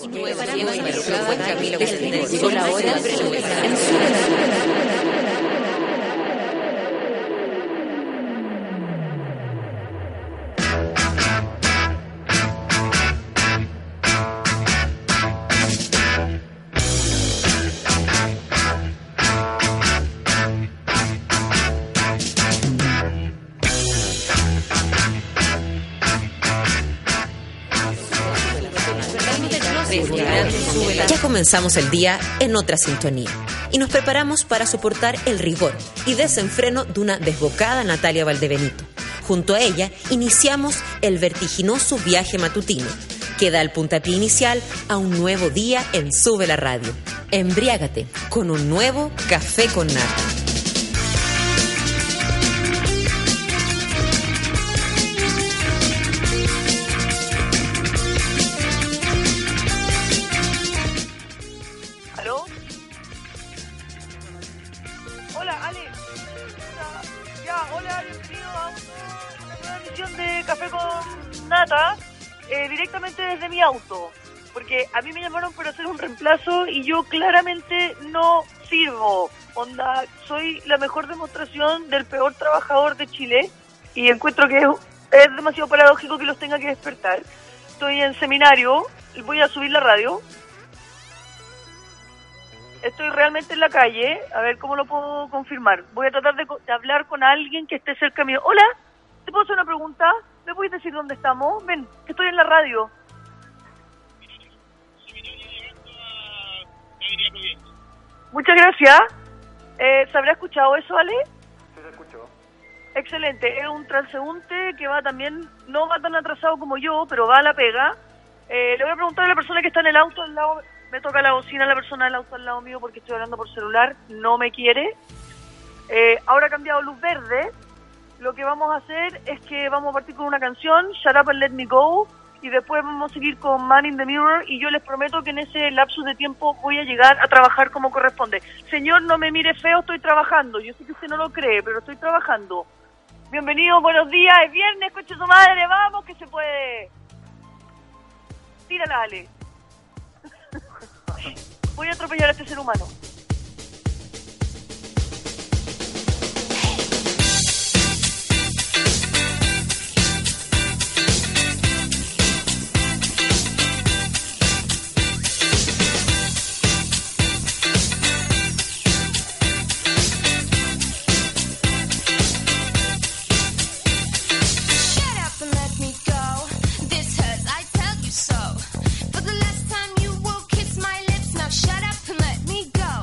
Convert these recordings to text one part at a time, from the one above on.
Llegó la hora en Ya comenzamos el día en otra sintonía y nos preparamos para soportar el rigor y desenfreno de una desbocada Natalia Valdebenito. Junto a ella iniciamos el vertiginoso viaje matutino que da el puntapié inicial a un nuevo día en Sube la Radio. Embriágate con un nuevo café con nata. Directamente desde mi auto, porque a mí me llamaron para hacer un reemplazo y yo claramente no sirvo. Onda, soy la mejor demostración del peor trabajador de Chile y encuentro que es demasiado paradójico que los tenga que despertar. Estoy en seminario, voy a subir la radio. Estoy realmente en la calle, a ver cómo lo puedo confirmar. Voy a tratar de hablar con alguien que esté cerca mío. Hola, ¿te puedo hacer una pregunta? ¿Me puedes decir dónde estamos? Ven, que estoy en la radio. Muchas gracias. ¿Se habrá escuchado eso, Ale? Sí, se escuchó. Excelente. Es un transeúnte que va también, no va tan atrasado como yo, pero va a la pega. Le voy a preguntar a la persona que está en el auto al lado. Me toca la bocina a la persona del auto al lado mío porque estoy hablando por celular. No me quiere. Ahora ha cambiado luz verde. Lo que vamos a hacer es que vamos a partir con una canción, Shut Up and Let Me Go, y después vamos a seguir con Man in the Mirror, y yo les prometo que en ese lapsus de tiempo voy a llegar a trabajar como corresponde. Señor, no me mire feo, estoy trabajando. Yo sé que usted no lo cree, pero estoy trabajando. Bienvenido, buenos días, es viernes, coche su madre, vamos, que se puede. Tírala, Ale. Voy a atropellar a este ser humano. So, for the last time you will kiss my lips. Now shut up and let me go.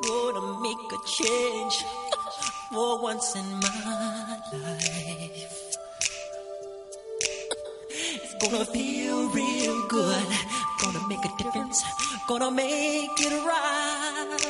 gonna make a change for once in my life. It's gonna feel real good. Gonna make a difference. Gonna make it right.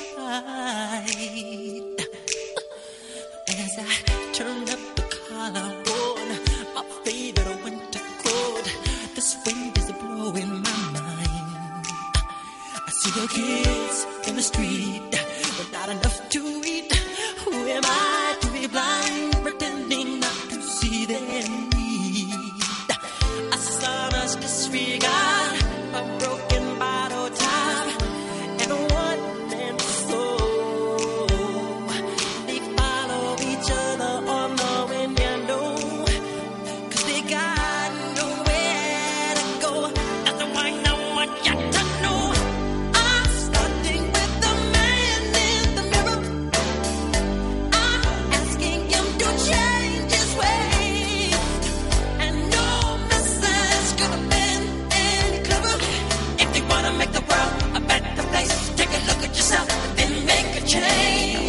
As I turn up the collar on my favorite winter coat, this wind is blowing my mind. I see the kids in the street, but not enough to eat. Who am I to be blind, pretending not to see their need? A sonorous disregard, a broken bottle top, and a one-man soul. They follow each other on the window, 'cause they got nowhere to go. That's why now I got to know. I'm starting with the man in the mirror. I'm asking him to change his ways, and no message could have been any clearer. If you wanna make the world a better place, take a look at yourself and then make a change.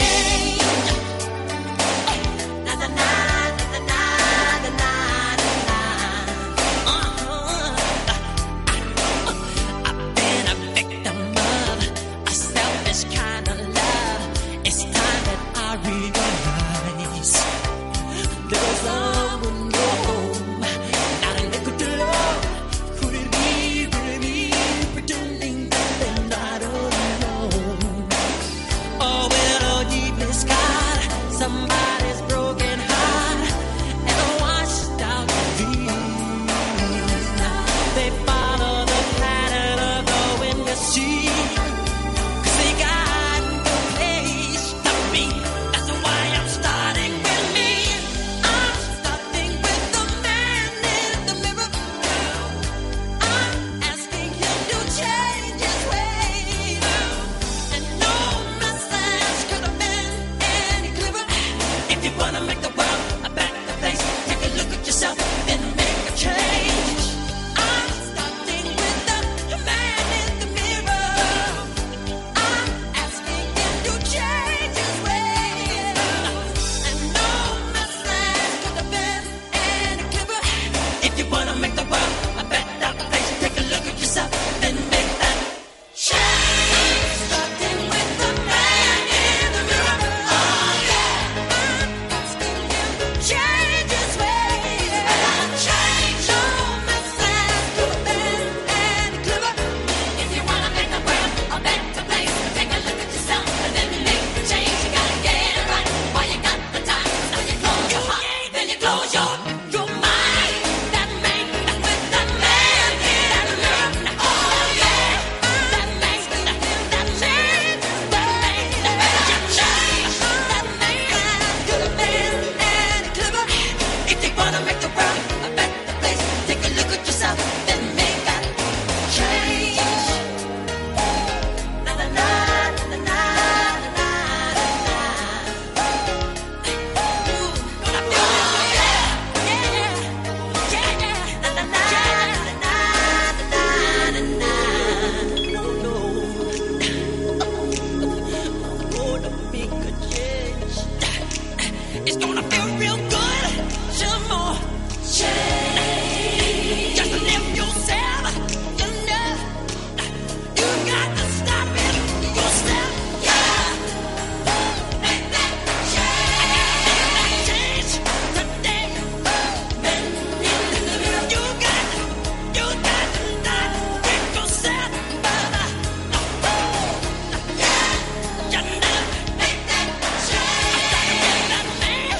Na na na na na na na na. I've been a victim of a selfish kind of love. It's time that I realize there's someone home, not a nickel to love. Could it be really me, pretending that they're not alone? Oh, well, oh, deep in the sky, somebody's broken heart and washed out dreams. They follow the pattern of the wind to sea, 'cause they got no place to be. That's why I'm starting with me. I'm starting with the man in the mirror. I'm asking him to change his ways, and no message could have been any clearer. If you wanna make the world a better place, take a look at yourself, then make a change. I'm starting with the man in the mirror. I'm asking him to change his ways, and no message could have been any clearer. If you wanna make the world a better place, take a look at yourself, then make that change. Starting with the man in the mirror. Oh yeah, I'm asking him to change his ways. Change. No message could have been any clearer. If you wanna make the world a better place, take a look at yourself and then make the change. You gotta get it right while you got the time. Now you close your heart, then you close your mind. That man with the man in the mirror. Oh yeah, that man, that change, that man, that change, that man could have been any clearer. If you wanna make the world a better place, take a look at yourself, then make that change. Na na na na na na na na. Ooh, gonna feel it, yeah, yeah, yeah. Na na na na na na na. No, no. I'm gonna make a change. It's gonna feel real good. Some more change. Just live yourself. You know, you got to stop it yourself. Yeah. Make that change today. You got to not get yourself better. You know, make that change. That man.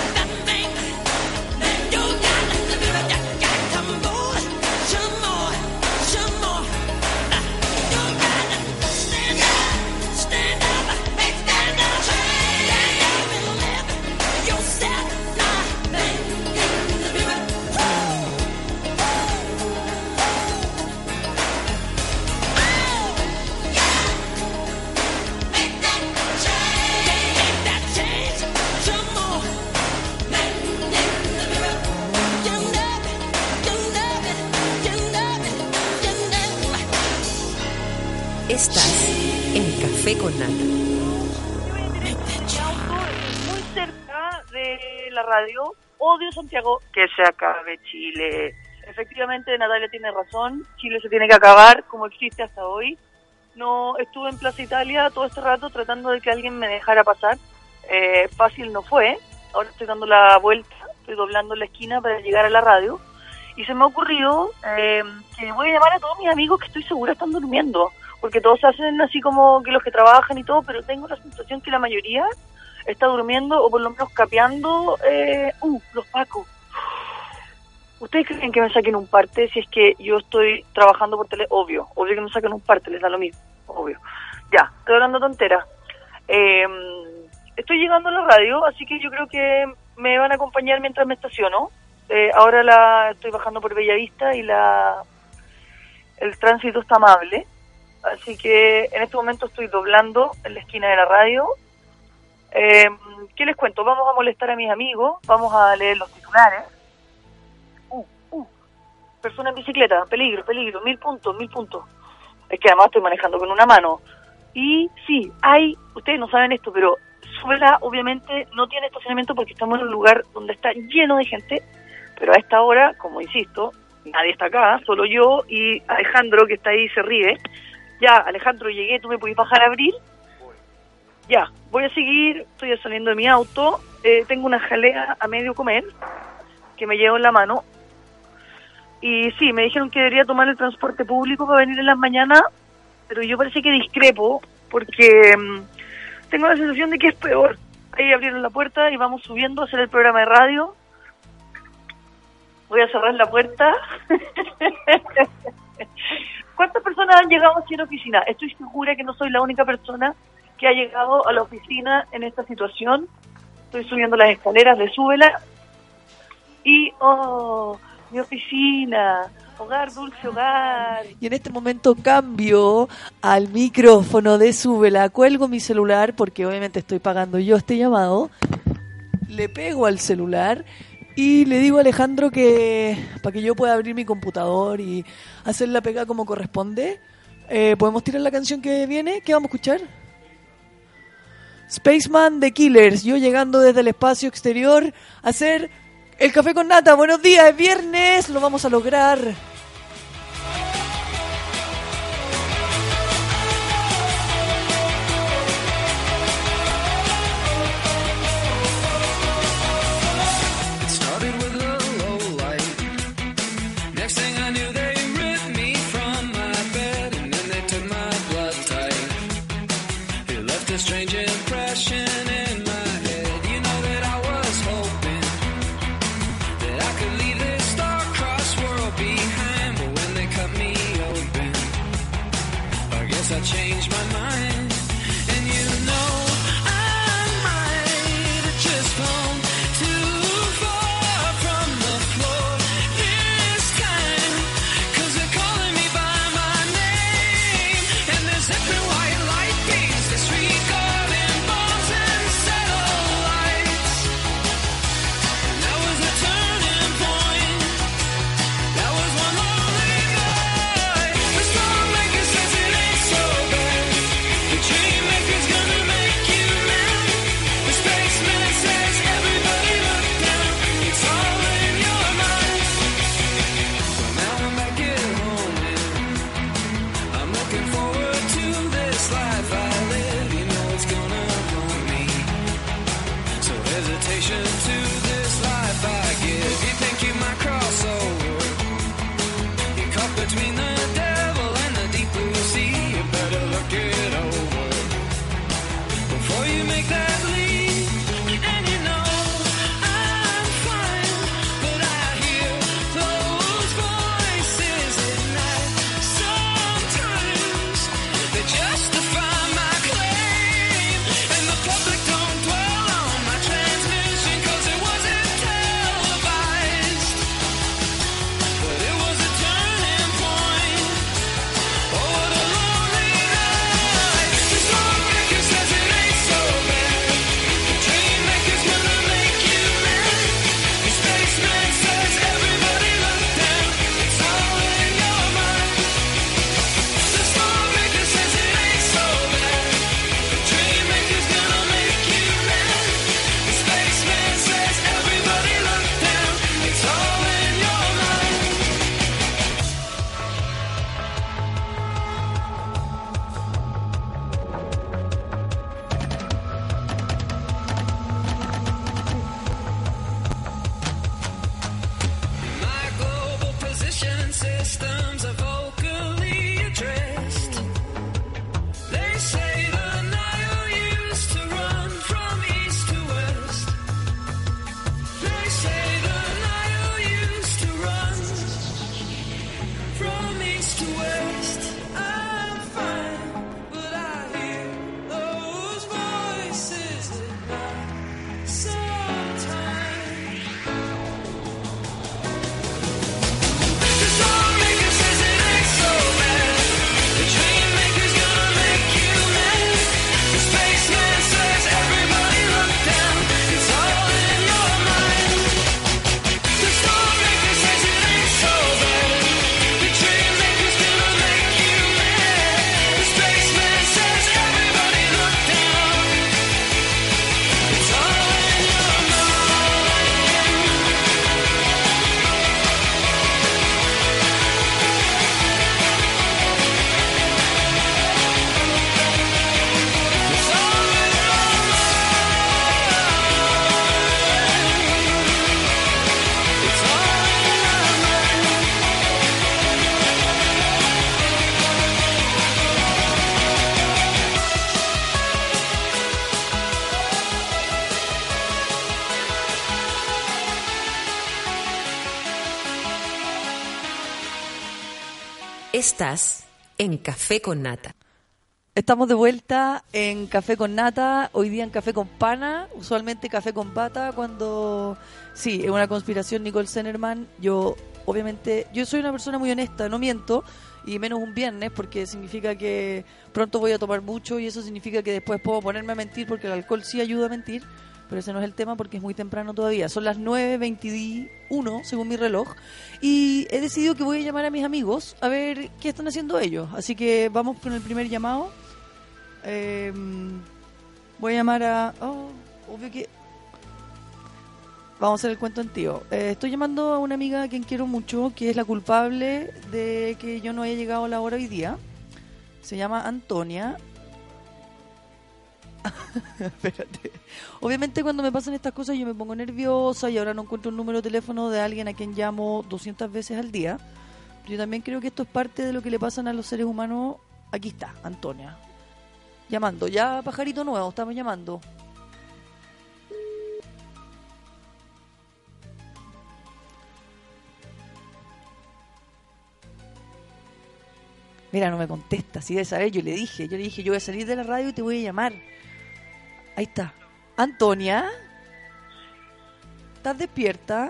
You got to move some more. You got to stand up, make that change. Stand up and live yourself. Man in the mirror. Make that change some more. Man in the mirror. You know it. Estás en Café con Nata. Mi auto es muy cerca de la radio. Odio Santiago, que se acabe Chile. Efectivamente, Natalia tiene razón. Chile se tiene que acabar como existe hasta hoy. No estuve en Plaza Italia todo este rato tratando de que alguien me dejara pasar. Fácil no fue. Ahora estoy dando la vuelta, estoy doblando la esquina para llegar a la radio. Y se me ha ocurrido que voy a llamar a todos mis amigos que estoy segura están durmiendo. Porque todos se hacen así como que los que trabajan y todo, pero tengo la sensación que la mayoría está durmiendo o por lo menos capeando. Los pacos. ¿Ustedes creen que me saquen un parte si es que yo estoy trabajando por tele? Obvio que me saquen un parte, les da lo mismo, obvio. Ya, estoy hablando tonteras. Estoy llegando a la radio, así que yo creo que me van a acompañar mientras me estaciono. Ahora estoy bajando por Bellavista y el tránsito está amable. Así que en este momento estoy doblando en la esquina de la radio. ¿Qué les cuento? Vamos a molestar a mis amigos, vamos a leer los titulares. Persona en bicicleta, peligro, 1000 puntos. Es que además estoy manejando con una mano. Y sí, ustedes no saben esto, pero Súbela obviamente no tiene estacionamiento porque estamos en un lugar donde está lleno de gente, pero a esta hora, como insisto, nadie está acá, solo yo y Alejandro que está ahí se ríe. Ya, Alejandro, llegué, ¿tú me puedes bajar a abrir? Ya, voy a seguir, estoy saliendo de mi auto, tengo una jalea a medio comer que me llevo en la mano. Y sí, me dijeron que debería tomar el transporte público para venir en las mañanas, pero yo parece que discrepo, porque tengo la sensación de que es peor. Ahí abrieron la puerta y vamos subiendo a hacer el programa de radio. Voy a cerrar la puerta. ¿Cuántas personas han llegado aquí a la oficina? Estoy segura que no soy la única persona que ha llegado a la oficina en esta situación. Estoy subiendo las escaleras de Súbela y... ¡oh! Mi oficina, hogar, dulce hogar. Y en este momento cambio al micrófono de Súbela, cuelgo mi celular porque obviamente estoy pagando yo este llamado, le pego al celular y le digo a Alejandro que para que yo pueda abrir mi computador y hacer la pega como corresponde, ¿podemos tirar la canción que viene? ¿Qué vamos a escuchar? Spaceman The Killers, yo llegando desde el espacio exterior a hacer... El café con nata, buenos días, es viernes, lo vamos a lograr. Change my mind, and you know I might have just flown too far from the floor this time, 'cause they're calling me by my name, and there's every white light beams, disregarding bombs and satellites. That was a turning point, that was one lonely night. The stormmaker says it ain't so bad. The dreammaker's gonna make you mad. The spaceman says everybody look down. It's all in your mind. Well, now I'm back at home and I'm looking forward to this life I live. You know it's gonna haunt me. So hesitation to this life I give. You think you might cross over. You're caught between the devil and the deep blue sea. You better look it over before you make that leap. And you know I'm fine, but I hear those voices at night. Sometimes they justify my claim, and the public don't dwell on my transmission 'cause it wasn't televised. But it was a turning point. Oh, what a lonely night. The stormmaker says it ain't so bad. Estás en Café con Nata. Estamos de vuelta en Café con Nata, hoy día en Café con Pana, usualmente Café con Pata cuando... Sí, es una conspiración, Nicole Zenerman. Yo, obviamente, yo soy una persona muy honesta, no miento, y menos un viernes porque significa que pronto voy a tomar mucho y eso significa que después puedo ponerme a mentir porque el alcohol sí ayuda a mentir, pero ese no es el tema porque es muy temprano todavía. Son las 9:21 según mi reloj y he decidido que voy a llamar a mis amigos a ver qué están haciendo ellos. Así que vamos con el primer llamado. Voy a llamar a... Oh, obvio que... Vamos a hacer el cuento en tío. Estoy llamando a una amiga a quien quiero mucho, que es la culpable de que yo no haya llegado a la hora hoy día. Se llama Antonia. Espérate. Obviamente cuando me pasan estas cosas yo me pongo nerviosa y ahora no encuentro un número de teléfono de alguien a quien llamo 200 veces al día. Yo también creo que esto es parte de lo que le pasan a los seres humanos. Aquí está, Antonia. Llamando. Ya, pajarito nuevo, estamos llamando. Mira, no me contesta, si de saber, yo le dije, yo voy a salir de la radio y te voy a llamar. Ahí está. Antonia, ¿estás despierta?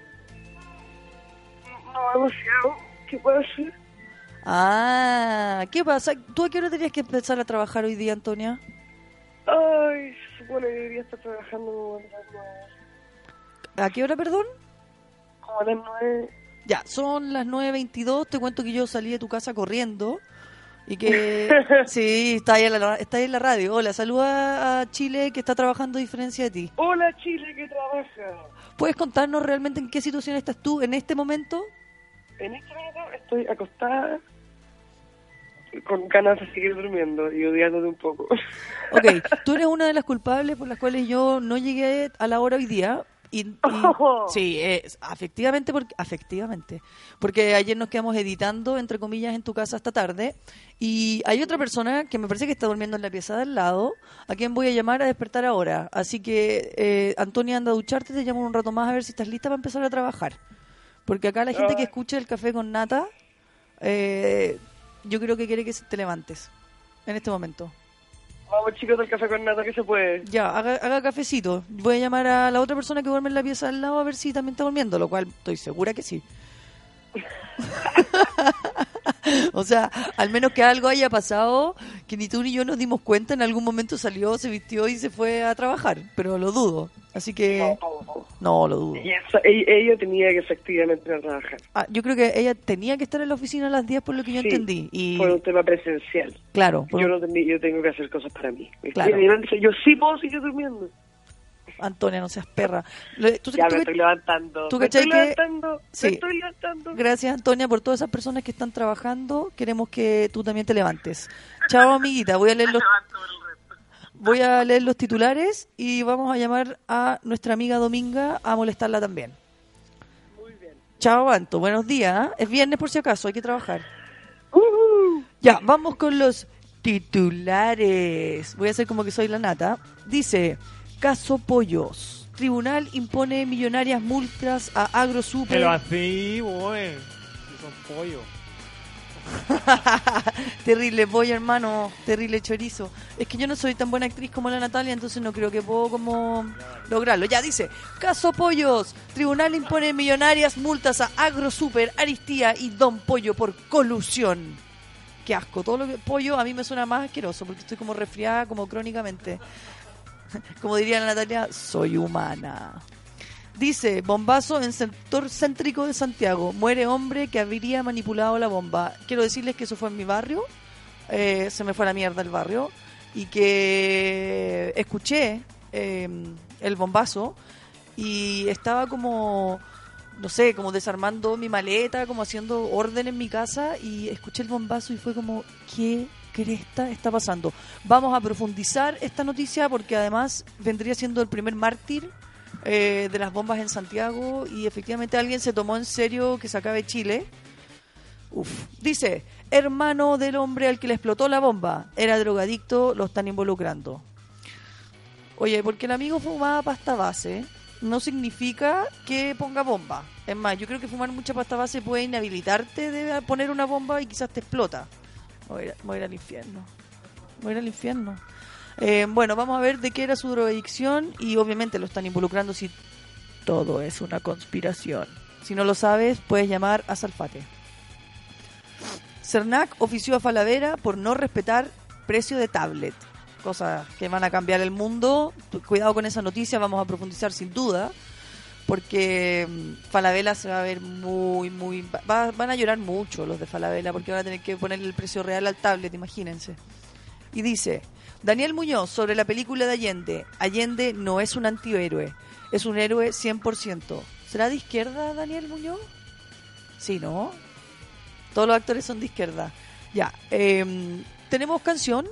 No, demasiado. ¿Qué puedo hacer? Ah, ¿qué pasa? ¿Tú a qué hora tenías que empezar a trabajar hoy día, Antonia? Ay, se supone que debería estar trabajando como a las 9. ¿A qué hora, perdón? Como a las 9. Ya, son las 9:22, te cuento que yo salí de tu casa corriendo y que... Sí, está ahí en la radio. Hola, saluda a Chile que está trabajando a diferencia de ti. Hola, Chile, que trabaja. ¿Puedes contarnos realmente en qué situación estás tú en este momento? En este momento estoy acostada con ganas de seguir durmiendo y odiándote un poco. Ok, tú eres una de las culpables por las cuales yo no llegué a la hora hoy día. Sí, efectivamente, porque ayer nos quedamos editando, entre comillas, en tu casa hasta tarde, y hay otra persona que me parece que está durmiendo en la pieza de al lado, a quien voy a llamar a despertar ahora, así que Antonia, anda a ducharte, te llamo un rato más a ver si estás lista para empezar a trabajar, porque acá la gente que escucha el Café con Nata, yo creo que quiere que te levantes en este momento. Vamos, chicos, del Café con Nata, que se puede. Ya, haga cafecito. Voy a llamar a la otra persona que duerme en la pieza al lado a ver si también está durmiendo, lo cual estoy segura que sí. O sea, al menos que algo haya pasado, que ni tú ni yo nos dimos cuenta, en algún momento salió, se vistió y se fue a trabajar, pero lo dudo. Así que... No, lo dudo. Y ella tenía que efectivamente ir a trabajar. Yo creo que ella tenía que estar en la oficina a las 10 por lo que yo entendí. Y... Por un tema presencial. Claro. Yo tengo que hacer cosas para mí. Claro. Yo sí puedo seguir durmiendo. Antonia, no seas perra. Me estoy levantando. ¿Tú me cachai estoy que... levantando. Sí. Me estoy levantando. Gracias, Antonia, por todas esas personas que están trabajando. Queremos que tú también te levantes. Chao, amiguita. Voy a leer los titulares y vamos a llamar a nuestra amiga Dominga a molestarla también. Muy bien. Chao, Anto. Buenos días. Es viernes por si acaso, hay que trabajar. Ya, vamos con los titulares. Voy a hacer como que soy la Nata. Dice, caso Pollos. Tribunal impone millonarias multas a AgroSuper. Pero así, güey. Son pollo. Terrible pollo, hermano. Terrible chorizo. Es que yo no soy tan buena actriz como la Natalia, entonces no creo que puedo como lograrlo. Ya dice, caso Pollos. Tribunal impone millonarias multas a AgroSuper, Aristía y Don Pollo por colusión. Qué asco. Todo lo que pollo a mí me suena más asqueroso porque estoy como resfriada, como crónicamente. Como diría la Natalia, soy humana. Dice, bombazo en sector céntrico de Santiago. Muere hombre que habría manipulado la bomba. Quiero decirles que eso fue en mi barrio. Se me fue a la mierda el barrio. Y que escuché el bombazo y estaba como, no sé, como desarmando mi maleta, como haciendo orden en mi casa y escuché el bombazo y fue como, ¿qué cresta está pasando? Vamos a profundizar esta noticia porque además vendría siendo el primer mártir de las bombas en Santiago y efectivamente alguien se tomó en serio que se acabe Chile. Dice, hermano del hombre al que le explotó la bomba, era drogadicto, lo están involucrando. Oye, porque el amigo fumaba pasta base no significa que ponga bomba. Es más, yo creo que fumar mucha pasta base puede inhabilitarte de poner una bomba y quizás te explota. Voy a ir al infierno. Voy a ir al infierno. Bueno, vamos a ver de qué era su drogadicción y obviamente lo están involucrando si todo es una conspiración. Si no lo sabes, puedes llamar a Salfate. Cernac ofició a Falabella por no respetar precio de tablet. Cosas que van a cambiar el mundo. Cuidado con esa noticia, vamos a profundizar sin duda. Porque Falabella se va a ver van a llorar mucho los de Falabella porque van a tener que ponerle el precio real al tablet, imagínense. Y dice, Daniel Muñoz sobre la película de Allende. Allende no es un antihéroe, es un héroe 100%. ¿Será de izquierda Daniel Muñoz? Sí, ¿no? Todos los actores son de izquierda. Ya, tenemos canción.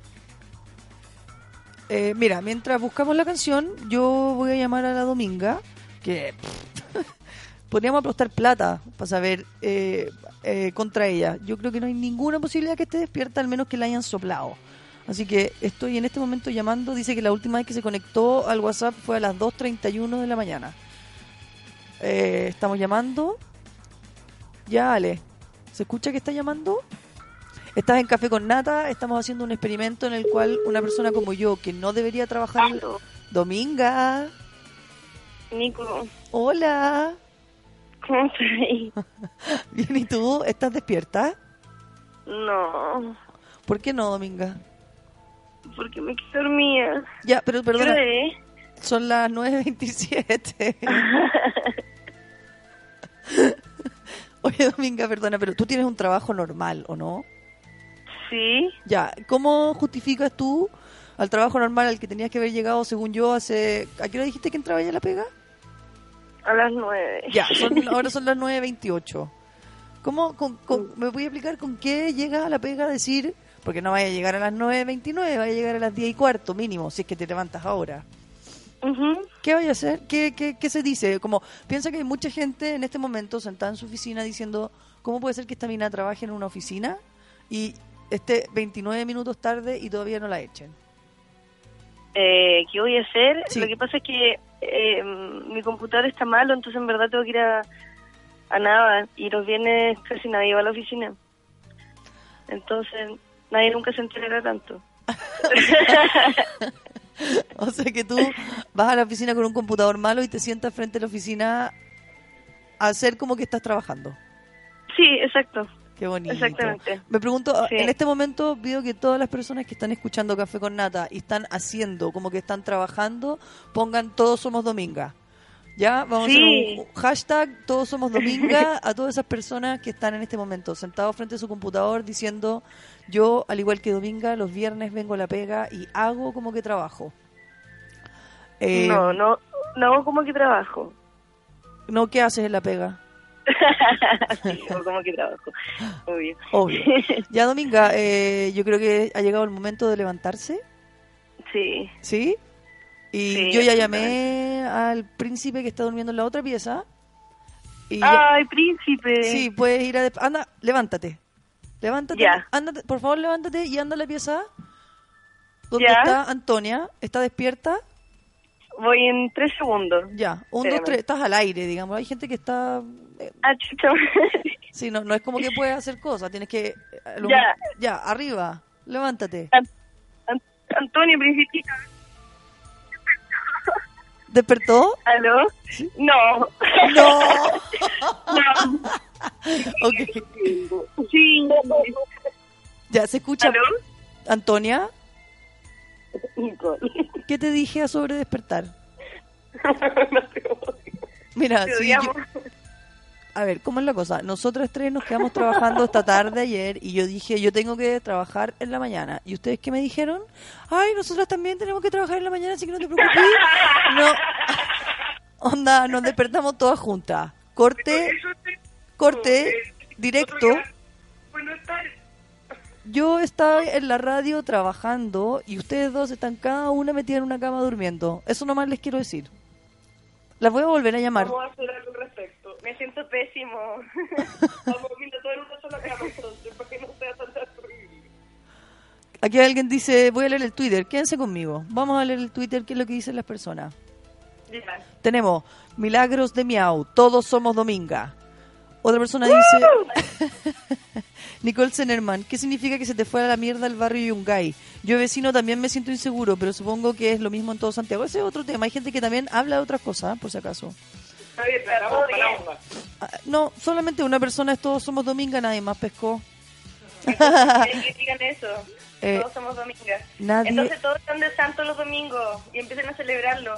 Mira, mientras buscamos la canción, yo voy a llamar a la Dominga, que podríamos apostar plata para saber contra ella. Yo creo que no hay ninguna posibilidad que esté despierta, al menos que la hayan soplado. Así que estoy en este momento llamando. Dice que la última vez que se conectó al WhatsApp fue a las 2:31 de la mañana. Estamos llamando. Ya, Ale. ¿Se escucha que está llamando? Estás en Café con Nata. Estamos haciendo un experimento en el cual una persona como yo, que no debería trabajar... Dominga. Nico, Hola. ¿cómo estás? Bien, ¿y tú? ¿Estás despierta? No, ¿Por qué no, Dominga? porque me quedé dormida. Ya, pero perdona. ¿Qué Son las 9:27. Oye, Dominga, perdona, pero tú tienes un trabajo normal, ¿o no? Sí, Ya, ¿cómo justificas tú al trabajo normal al que tenías que haber llegado, según yo, hace... ¿A qué hora dijiste que entraba ya la pega? a las 9. Ya, ahora son las 9:28. ¿Cómo, me voy a explicar con qué llegas a la pega a decir... Porque no vaya a llegar a las 9:29, vaya a llegar a las 10:15 mínimo, si es que te levantas ahora. Ujú. ¿Qué vaya a hacer? ¿Qué se dice? Como piensa que hay mucha gente en este momento sentada en su oficina diciendo, ¿cómo puede ser que esta mina trabaje en una oficina y esté 29 minutos tarde y todavía no la echen? ¿Qué voy a hacer? Sí. Lo que pasa es que mi computador está malo, entonces en verdad tengo que ir a nada. Y los viernes casi nadie va a la oficina. Entonces nadie nunca se enterará tanto. O sea que tú vas a la oficina con un computador malo y te sientas frente a la oficina a hacer como que estás trabajando. Sí, exacto. Qué bonito. Exactamente. Me pregunto, Sí. en este momento veo que todas las personas que están escuchando Café con Nata y están haciendo como que están trabajando, pongan Todos Somos Dominga. ¿Ya? Vamos a hacer un hashtag Todos Somos Dominga a todas esas personas que están en este momento sentados frente a su computador diciendo, yo, al igual que Dominga, los viernes vengo a la pega y hago como que trabajo. No hago como que trabajo. No, ¿qué haces en la pega? Sí, hago como que trabajo. Obvio. Obvio. Ya, Dominga, yo creo que ha llegado el momento de levantarse. Sí. ¿Sí? Y Sí, yo ya absolutamente. llamé al príncipe que está durmiendo en la otra pieza. Y ¡Ay, príncipe! sí, puedes ir a... Anda, levántate. Levántate. Ya. Ándate, por favor, levántate y anda a la pieza. ¿Dónde Ya. está Antonia? ¿Está despierta? Voy en 3 segundos. Ya. 1, 2, Espérame. 3. Estás al aire, digamos. Hay gente que está... Ah, chucha. Sí, no es como que puedes hacer cosas. Tienes que... Ya. Ya, arriba. Levántate. Antonio, principito. ¿Despertó? ¿Aló? No. ¡No! No. Ok. Sí. Ya, ¿se escucha? ¿Aló? Antonia, Nicole. ¿qué te dije a sobre despertar? No te odio. Mira, Te sí, odiamos. a ver, ¿cómo es la cosa? Nosotras tres nos quedamos trabajando esta tarde ayer y yo dije, yo tengo que trabajar en la mañana. ¿Y ustedes qué me dijeron? Ay, nosotras también tenemos que trabajar en la mañana, así que no te preocupes. No, onda, nos despertamos todas juntas. Corte, directo. Buenas tardes. Yo estaba en la radio trabajando y ustedes dos están cada una metida en una cama durmiendo. Eso nomás les quiero decir. Las voy a volver a llamar. Vamos a hacer algo al respecto. Me siento pésimo. Vamos a dormir todo en una sola cama entonces, para que no sea tan terrible. Aquí alguien dice, voy a leer el Twitter, quédense conmigo. Vamos a leer el Twitter, qué es lo que dicen las personas. Ya. Tenemos Milagros de Miau, todos somos Dominga. Otra persona dice, Nicole Zenerman, ¿qué significa que se te fue a la mierda el barrio Yungay? Yo vecino también me siento inseguro, pero supongo que es lo mismo en todo Santiago. Ese es otro tema, hay gente que también habla de otras cosas, por si acaso. Está bien, está todo bien. No, solamente una persona es todos somos Dominga, nadie más pescó. Quieren que digan eso. Todos somos domingas. nadie- Entonces todos están de santo los domingos y empiecen a celebrarlo.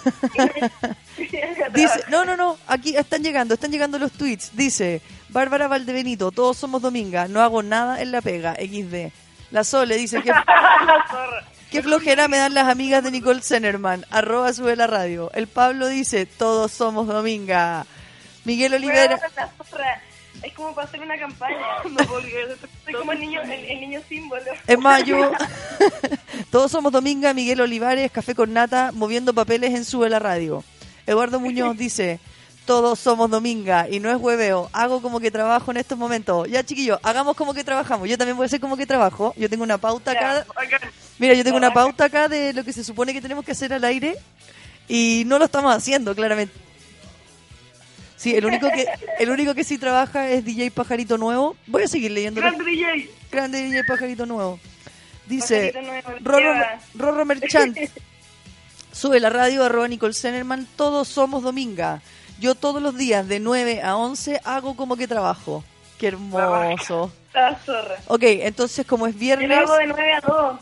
Dice, no, aquí están llegando los tweets. Dice, Bárbara Valdebenito, todos somos Dominga, no hago nada en la pega, XD. La Sole dice que qué flojera me dan las amigas de Nicole Zenerman, @ sube la radio. El Pablo dice, todos somos Dominga. Miguel Olivera, La zorra. Es como para hacer una campaña. No puedo creer. Soy como el niño símbolo. en mayo, todos somos Dominga. Miguel Olivares, Café con Nata, moviendo papeles en Sube la radio. Eduardo Muñoz dice, todos somos Dominga y no es hueveo, hago como que trabajo en estos momentos. Ya, chiquillos, hagamos como que trabajamos. Yo también voy a hacer como que trabajo. Yo tengo una pauta acá. Mira, yo tengo una pauta acá de lo que se supone que tenemos que hacer al aire y no lo estamos haciendo, claramente. Sí, el único que sí trabaja es DJ Pajarito Nuevo. Voy a seguir leyendo. Grande DJ Pajarito Nuevo. Dice, Pajarito Nuevo, Rorro Merchant. Sube la radio, @ Nicole Zenerman, todos somos Dominga. Yo todos los días de 9 a 11 hago como que trabajo. Qué hermoso. La zorra. Ok, entonces como es Yo viernes... lo hago de 9 a 2.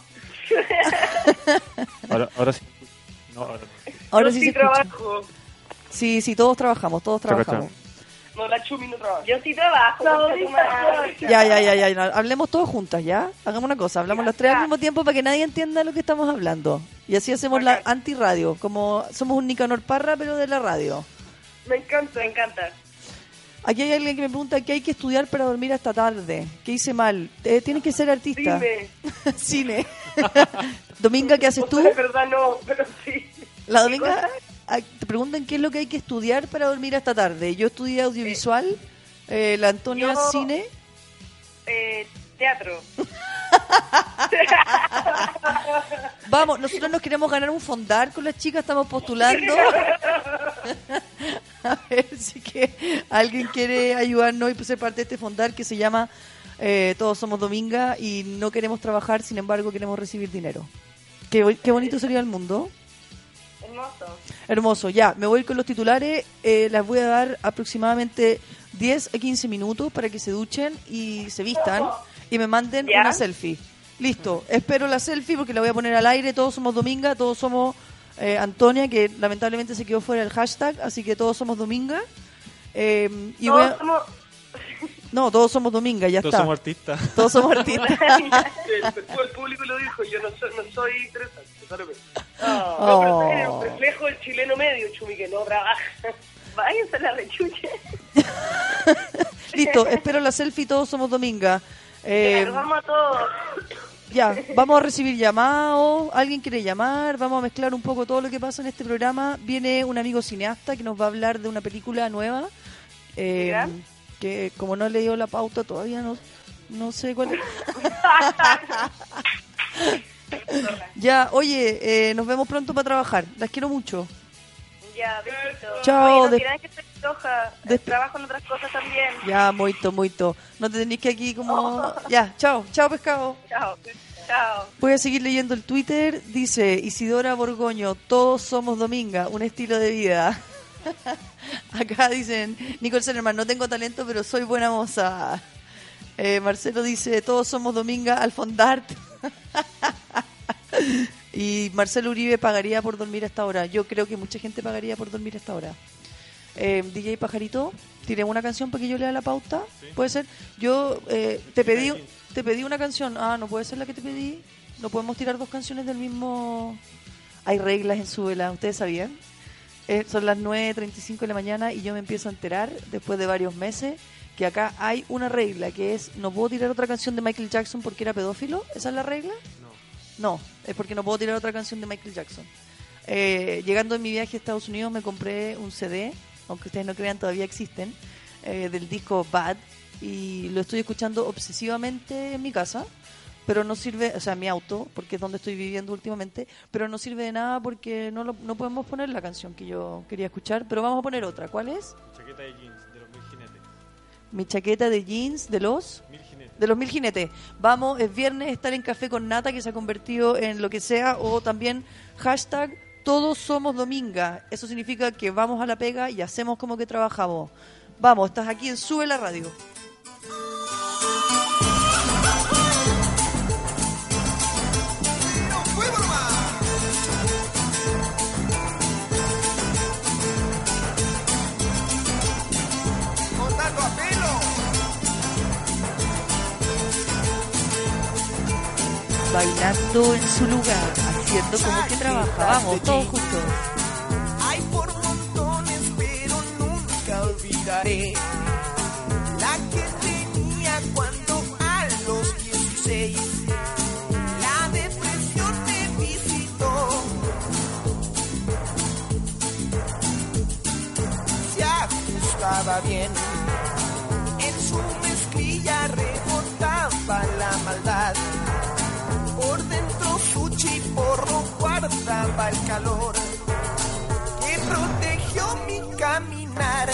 Ahora sí. No, ahora no. Ahora Yo sí sí se escucha. trabajo. Sí, todos trabajamos. No, la Chumi no trabaja. Yo sí trabajo. Ya, no, hablemos todos juntas, ¿ya? Hagamos una cosa, hablamos los tres al mismo tiempo para que nadie entienda lo que estamos hablando. Y así hacemos la antirradio, como somos un Nicanor Parra, pero de la radio. Me encanta. Me encanta. Aquí hay alguien que me pregunta qué hay que estudiar para dormir hasta tarde. ¿Qué hice mal? Tienes que ser artista. Cine. Dominga, ¿qué haces tú? Es verdad, no, pero sí. La Dominga, te preguntan qué es lo que hay que estudiar para dormir hasta tarde. Yo estudié audiovisual, la Antonia yo- cine. Teatro. Vamos, nosotros nos queremos ganar un fondar con las chicas, estamos postulando. A ver si que alguien quiere ayudarnos y ser parte de este fondar que se llama Todos somos Dominga y no queremos trabajar, sin embargo queremos recibir dinero. Qué bonito sería el mundo. Hermoso. Hermoso, ya, me voy con los titulares, las voy a dar aproximadamente 10 a 15 minutos para que se duchen y se vistan y me manden ¿Ya? una selfie. Listo, espero la selfie porque la voy a poner al aire, todos somos Dominga, todos somos Antonia, que lamentablemente se quedó fuera del hashtag, así que todos somos Dominga. Y voy a- No, todos somos Dominga, ya Todos está. somos artistas. Todos somos artistas. El público lo dijo, yo no soy interesante, solamente. Oh. No, pero es el reflejo del chileno medio, Chumi, que no trabaja. Váyanse a la rechuche. Listo, espero la selfie, todos somos Dominga. Nos vamos a todos. Ya, vamos a recibir llamados, alguien quiere llamar, vamos a mezclar un poco todo lo que pasa en este programa. Viene un amigo cineasta que nos va a hablar de una película nueva, ¿Ya? que como no he leído la pauta todavía no sé cuál es. Ya, oye, nos vemos pronto para trabajar, las quiero mucho. Ya, besitos. Chao, Oye, no des- quieran que estoy floja. des- Trabajo en otras cosas también. Ya, muito. No te tenéis que aquí como... Ya, chao pescado. Chao. Chao. Voy a seguir leyendo el Twitter. Dice Isidora Borgoño, todos somos Dominga, un estilo de vida. Acá dicen, Nicole Zenerman, no tengo talento, pero soy buena moza. Marcelo dice, todos somos Dominga al fondart. Y Marcelo Uribe pagaría por dormir hasta ahora. Yo creo que mucha gente pagaría por dormir hasta ahora. DJ Pajarito, ¿tiene una canción para que yo lea la pauta? ¿Puede ser? Yo te pedí una canción. Ah, no puede ser la que te pedí. No podemos tirar dos canciones del mismo... Hay reglas en Súbela, ¿ustedes sabían? Son las 9:35 de la mañana y yo me empiezo a enterar, después de varios meses, que acá hay una regla, que es, no puedo tirar otra canción de Michael Jackson porque era pedófilo. ¿Esa es la regla? No, es porque no puedo tirar otra canción de Michael Jackson. Llegando en mi viaje a Estados Unidos me compré un CD, aunque ustedes no crean, todavía existen, del disco Bad, y lo estoy escuchando obsesivamente en mi casa, pero no sirve, o sea, mi auto, porque es donde estoy viviendo últimamente, pero no sirve de nada porque no podemos poner la canción que yo quería escuchar, pero vamos a poner otra. ¿Cuál es? Chaqueta de jeans de los 1000 jinetes. Mi chaqueta de jeans de los... 1000 jinetes. De los 1000 jinetes. Vamos, es viernes, estar en Café con Nata, que se ha convertido en lo que sea, o también hashtag Todos Somos Dominga. Eso significa que vamos a la pega y hacemos como que trabajamos. Vamos, estás aquí en Sube la Radio. Bailando en su lugar, haciendo como que trabaja. Vamos, todos juntos. Hay por montones, pero nunca olvidaré la que tenía cuando a los 16 la depresión me visitó. Se ajustaba bien, en su mezclilla rebotaba la maldad. Por dentro su chiporro guardaba el calor que protegió mi caminar.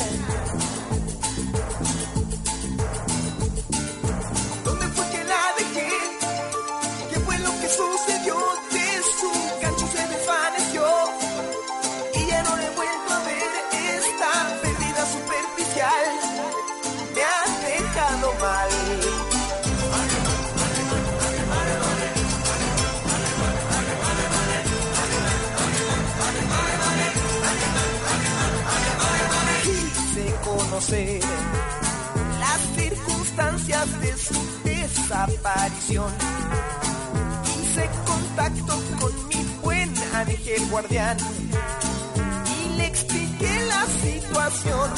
¿Dónde fue que la dejé? ¿Qué fue lo que sucedió? De su cancho se desvaneció y ya no le he vuelto a ver. Esta pérdida superficial me ha dejado mal. Conocer las circunstancias de su desaparición. Hice contacto con mi buen ángel guardián y le expliqué la situación.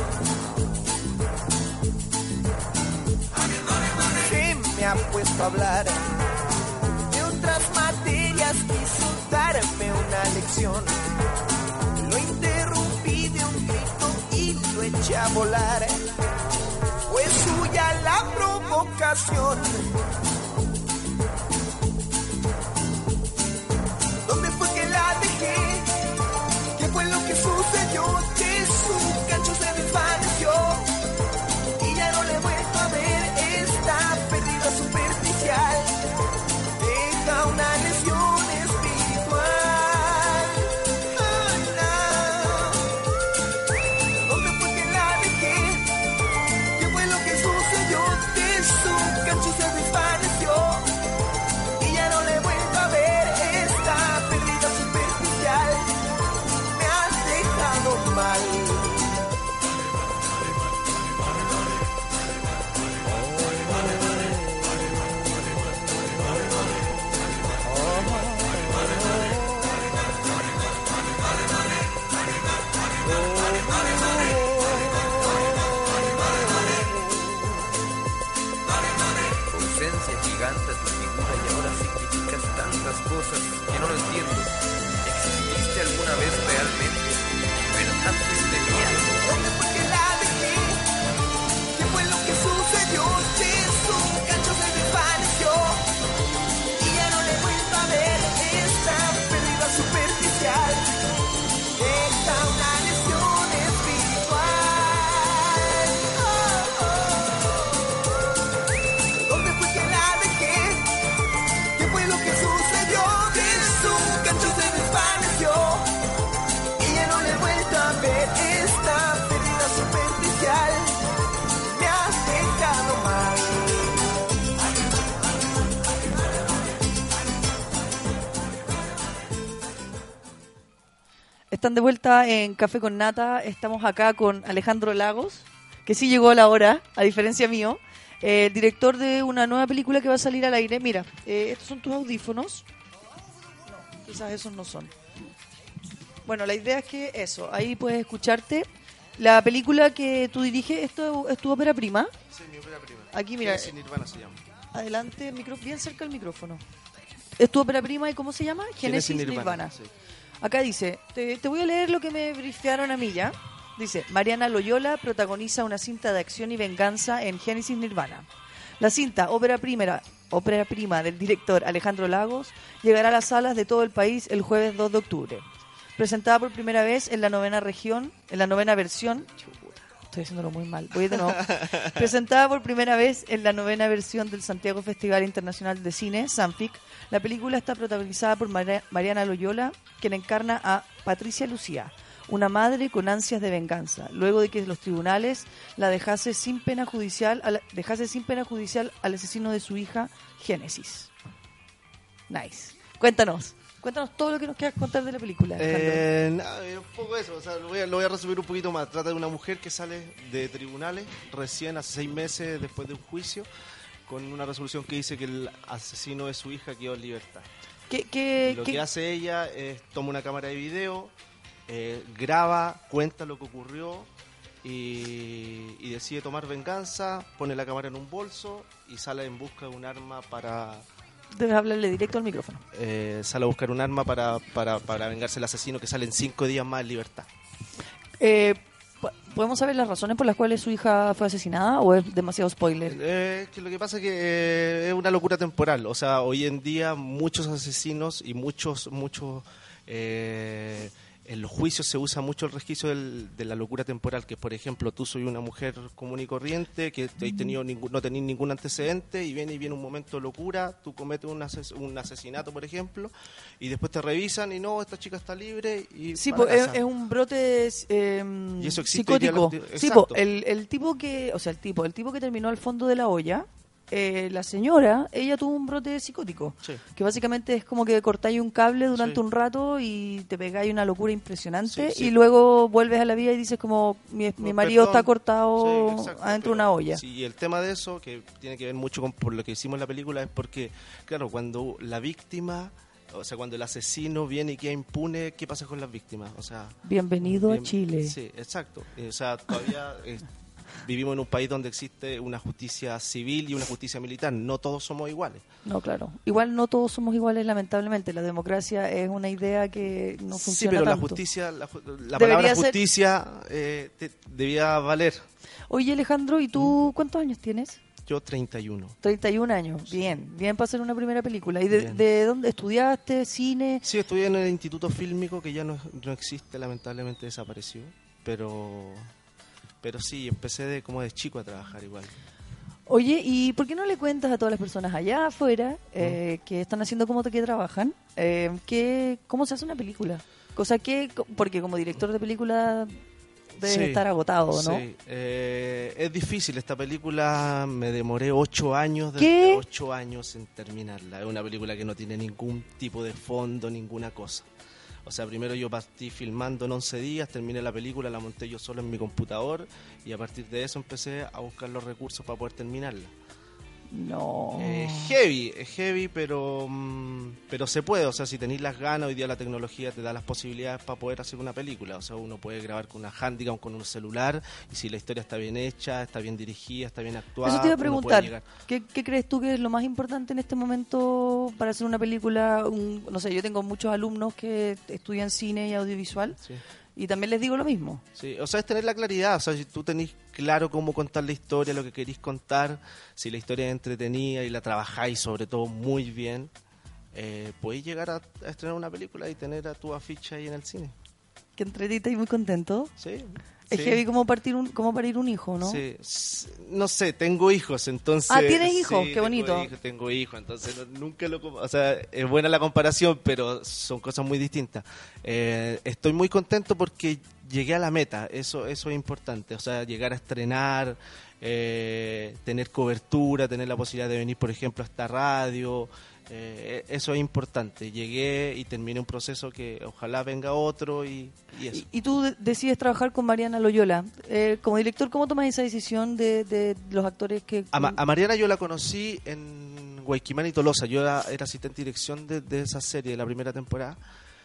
Se me ha puesto a hablar de otras materias, quiso darme una lección. Lo interrumpí de un grito y lo eché a volar. Fue suya la provocación. ¿Dónde fue que la dejé? ¿Qué fue lo que sucedió? Que su cancho se desvaneció y ya no le he vuelto a ver. Esta pérdida superficial deja una lesión espiritual. Se desvaneció y ya no le he vuelto a ver. Esta pérdida superficial me ha dejado mal. Giganta tu figura y ahora significas tantas cosas que no lo entiendo. ¿Exististe alguna vez realmente? Pero antes de mí. ¿Dónde fue que la dejé? ¿Qué fue lo que sucedió? De su cancho se desvaneció y ya no le he vuelto a ver. Esta pérdida superficial deja una lesión espiritual. Lo que sucedió, de su cancho se desvaneció y ya no le he vuelto a ver. Esta pérdida superficial me ha dejado mal. Están de vuelta en Café con Nata. Estamos acá con Alejandro Lagos, que sí llegó a la hora, a diferencia mío. El director de una nueva película que va a salir al aire. Mira, estos son tus audífonos. No, quizás esos no son. Bueno, la idea es que eso, ahí puedes escucharte. La película que tú diriges, ¿esto es tu ópera prima? Sí, mi ópera prima. Aquí, mira. Genesis Nirvana se llama. Adelante, bien cerca del micrófono. ¿Es tu ópera prima y cómo se llama? Genesis Nirvana. Sí. Acá dice, te voy a leer lo que me brifearon a mí ya. Dice, Mariana Loyola protagoniza una cinta de acción y venganza en Genesis Nirvana. La cinta, ópera ópera prima del director Alejandro Lagos, llegará a las salas de todo el país el jueves 2 de octubre. Presentada por primera vez en la novena versión, estoy haciéndolo muy mal, voy de nuevo. Presentada por primera vez en la novena versión del Santiago Festival Internacional de Cine, SANFIC, la película está protagonizada por Mariana Loyola, quien encarna a Patricia Lucía, una madre con ansias de venganza, luego de que los tribunales la dejase sin pena judicial al asesino de su hija, Génesis. Nice. Cuéntanos todo lo que nos quieras contar de la película, Alejandro. Un poco eso, o sea, lo voy a resumir un poquito más. Trata de una mujer que sale de tribunales recién hace 6 meses después de un juicio, con una resolución que dice que el asesino de su hija quedó en libertad. Lo que hace ella es toma una cámara de video, graba, cuenta lo que ocurrió y decide tomar venganza, pone la cámara en un bolso y sale en busca de un arma para... Debes hablarle directo al micrófono. Sale a buscar un arma para vengarse del asesino que sale en 5 días más en libertad. ¿Podemos saber las razones por las cuales su hija fue asesinada o es demasiado spoiler? Que lo que pasa es que es una locura temporal. O sea, hoy en día muchos asesinos y muchos en los juicios se usa mucho el resquicio de la locura temporal, que por ejemplo tú soy una mujer común y corriente que no tenés ningún antecedente y viene un momento de locura, tú cometes un asesinato por ejemplo y después te revisan y no, esta chica está libre y sí, es un brote y eso psicótico. Sí, exacto. el tipo que terminó al fondo de la olla, la señora, ella tuvo un brote psicótico, sí, que básicamente es como que cortáis un cable durante un rato y te pegáis una locura impresionante, sí. Y luego vuelves a la vida y dices como mi marido está cortado, sí, exacto, adentro de una olla. Sí, y el tema de eso, que tiene que ver mucho por lo que hicimos en la película, es porque, claro, cuando la víctima, o sea, cuando el asesino viene y queda impune, ¿qué pasa con las víctimas? O sea, Bienvenido a Chile. Sí, exacto. O sea, todavía... vivimos en un país donde existe una justicia civil y una justicia militar. No todos somos iguales. No, claro. Igual no todos somos iguales, lamentablemente. La democracia es una idea que no funciona Sí, pero tanto. la justicia, la palabra justicia debía valer. Oye, Alejandro, ¿y tú cuántos años tienes? Yo 31. 31 años. Bien para hacer una primera película. ¿Y de dónde estudiaste? ¿Cine? Sí, estudié en el Instituto Fílmico, que ya no existe, lamentablemente desapareció. Pero sí, empecé como de chico a trabajar igual. Oye, ¿y por qué no le cuentas a todas las personas allá afuera que están haciendo como que trabajan, cómo se hace una película? Porque como director de película debes estar agotado, ¿no? Sí, es difícil. Esta película me demoré 8 años, ¿Qué? 8 años en terminarla. Es una película que no tiene ningún tipo de fondo, ninguna cosa. O sea, primero yo partí filmando en 11 días, terminé la película, la monté yo solo en mi computador y a partir de eso empecé a buscar los recursos para poder terminarla. No. Es heavy, pero se puede. O sea, si tenéis las ganas, hoy día la tecnología te da las posibilidades para poder hacer una película. O sea, uno puede grabar con una Handycam, con un celular, y si la historia está bien hecha, está bien dirigida, está bien actuada... Eso te iba a uno puede preguntar, llegar. ¿qué crees tú que es lo más importante en este momento para hacer una película? No sé, yo tengo muchos alumnos que estudian cine y audiovisual, Sí. y también les digo lo mismo. Sí, o sea, es tener la claridad. O sea, si tú tenés claro cómo contar la historia, lo que queréis contar, si la historia es entretenida y la trabajáis sobre todo muy bien, podéis llegar a estrenar una película y tener a tu afiche ahí en el cine. Que entretita y muy contento. Sí. Es heavy como parir un hijo, ¿no? Sí. No sé, tengo hijos, entonces... Ah, ¿tienes hijos? Sí, Qué bonito. Tengo hijos, entonces nunca lo... O sea, es buena la comparación, pero son cosas muy distintas. Estoy muy contento porque llegué a la meta, eso es importante. O sea, llegar a estrenar, tener cobertura, tener la posibilidad de venir, por ejemplo, a esta radio... eso es importante. Llegué y terminé un proceso que ojalá venga otro y eso. Y tú decides trabajar con Mariana Loyola. Como director, ¿cómo tomas esa decisión de los actores que...? A Mariana yo la conocí en Guayquimán y Tolosa. Yo era asistente de dirección de esa serie, de la primera temporada.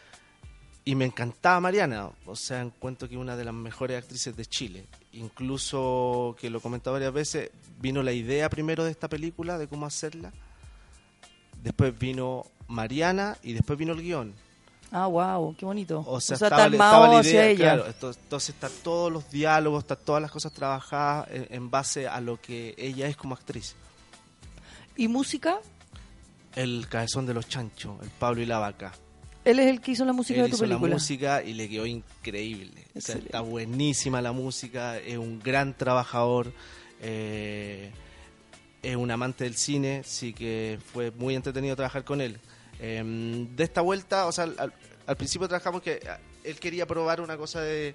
Y me encantaba Mariana. O sea, encuentro que es una de las mejores actrices de Chile. Incluso, que lo he comentado varias veces, vino la idea primero de esta película, de cómo hacerla. Después vino Mariana y después vino el guión. Ah, wow, qué bonito. O sea, está estaba armado la hacia idea, ella. claro. Entonces están todos los diálogos, están todas las cosas trabajadas en base a lo que ella es como actriz. ¿Y música? El Cabezón de los Chanchos, el Pablo y la Vaca. Él es el que hizo la música Él de tu hizo película. la música y le quedó increíble. O sea, Excelente. está buenísima la música, es un gran trabajador, es un amante del cine, así que fue muy entretenido trabajar con él. De esta vuelta, o sea, al principio trabajamos que él quería probar una cosa de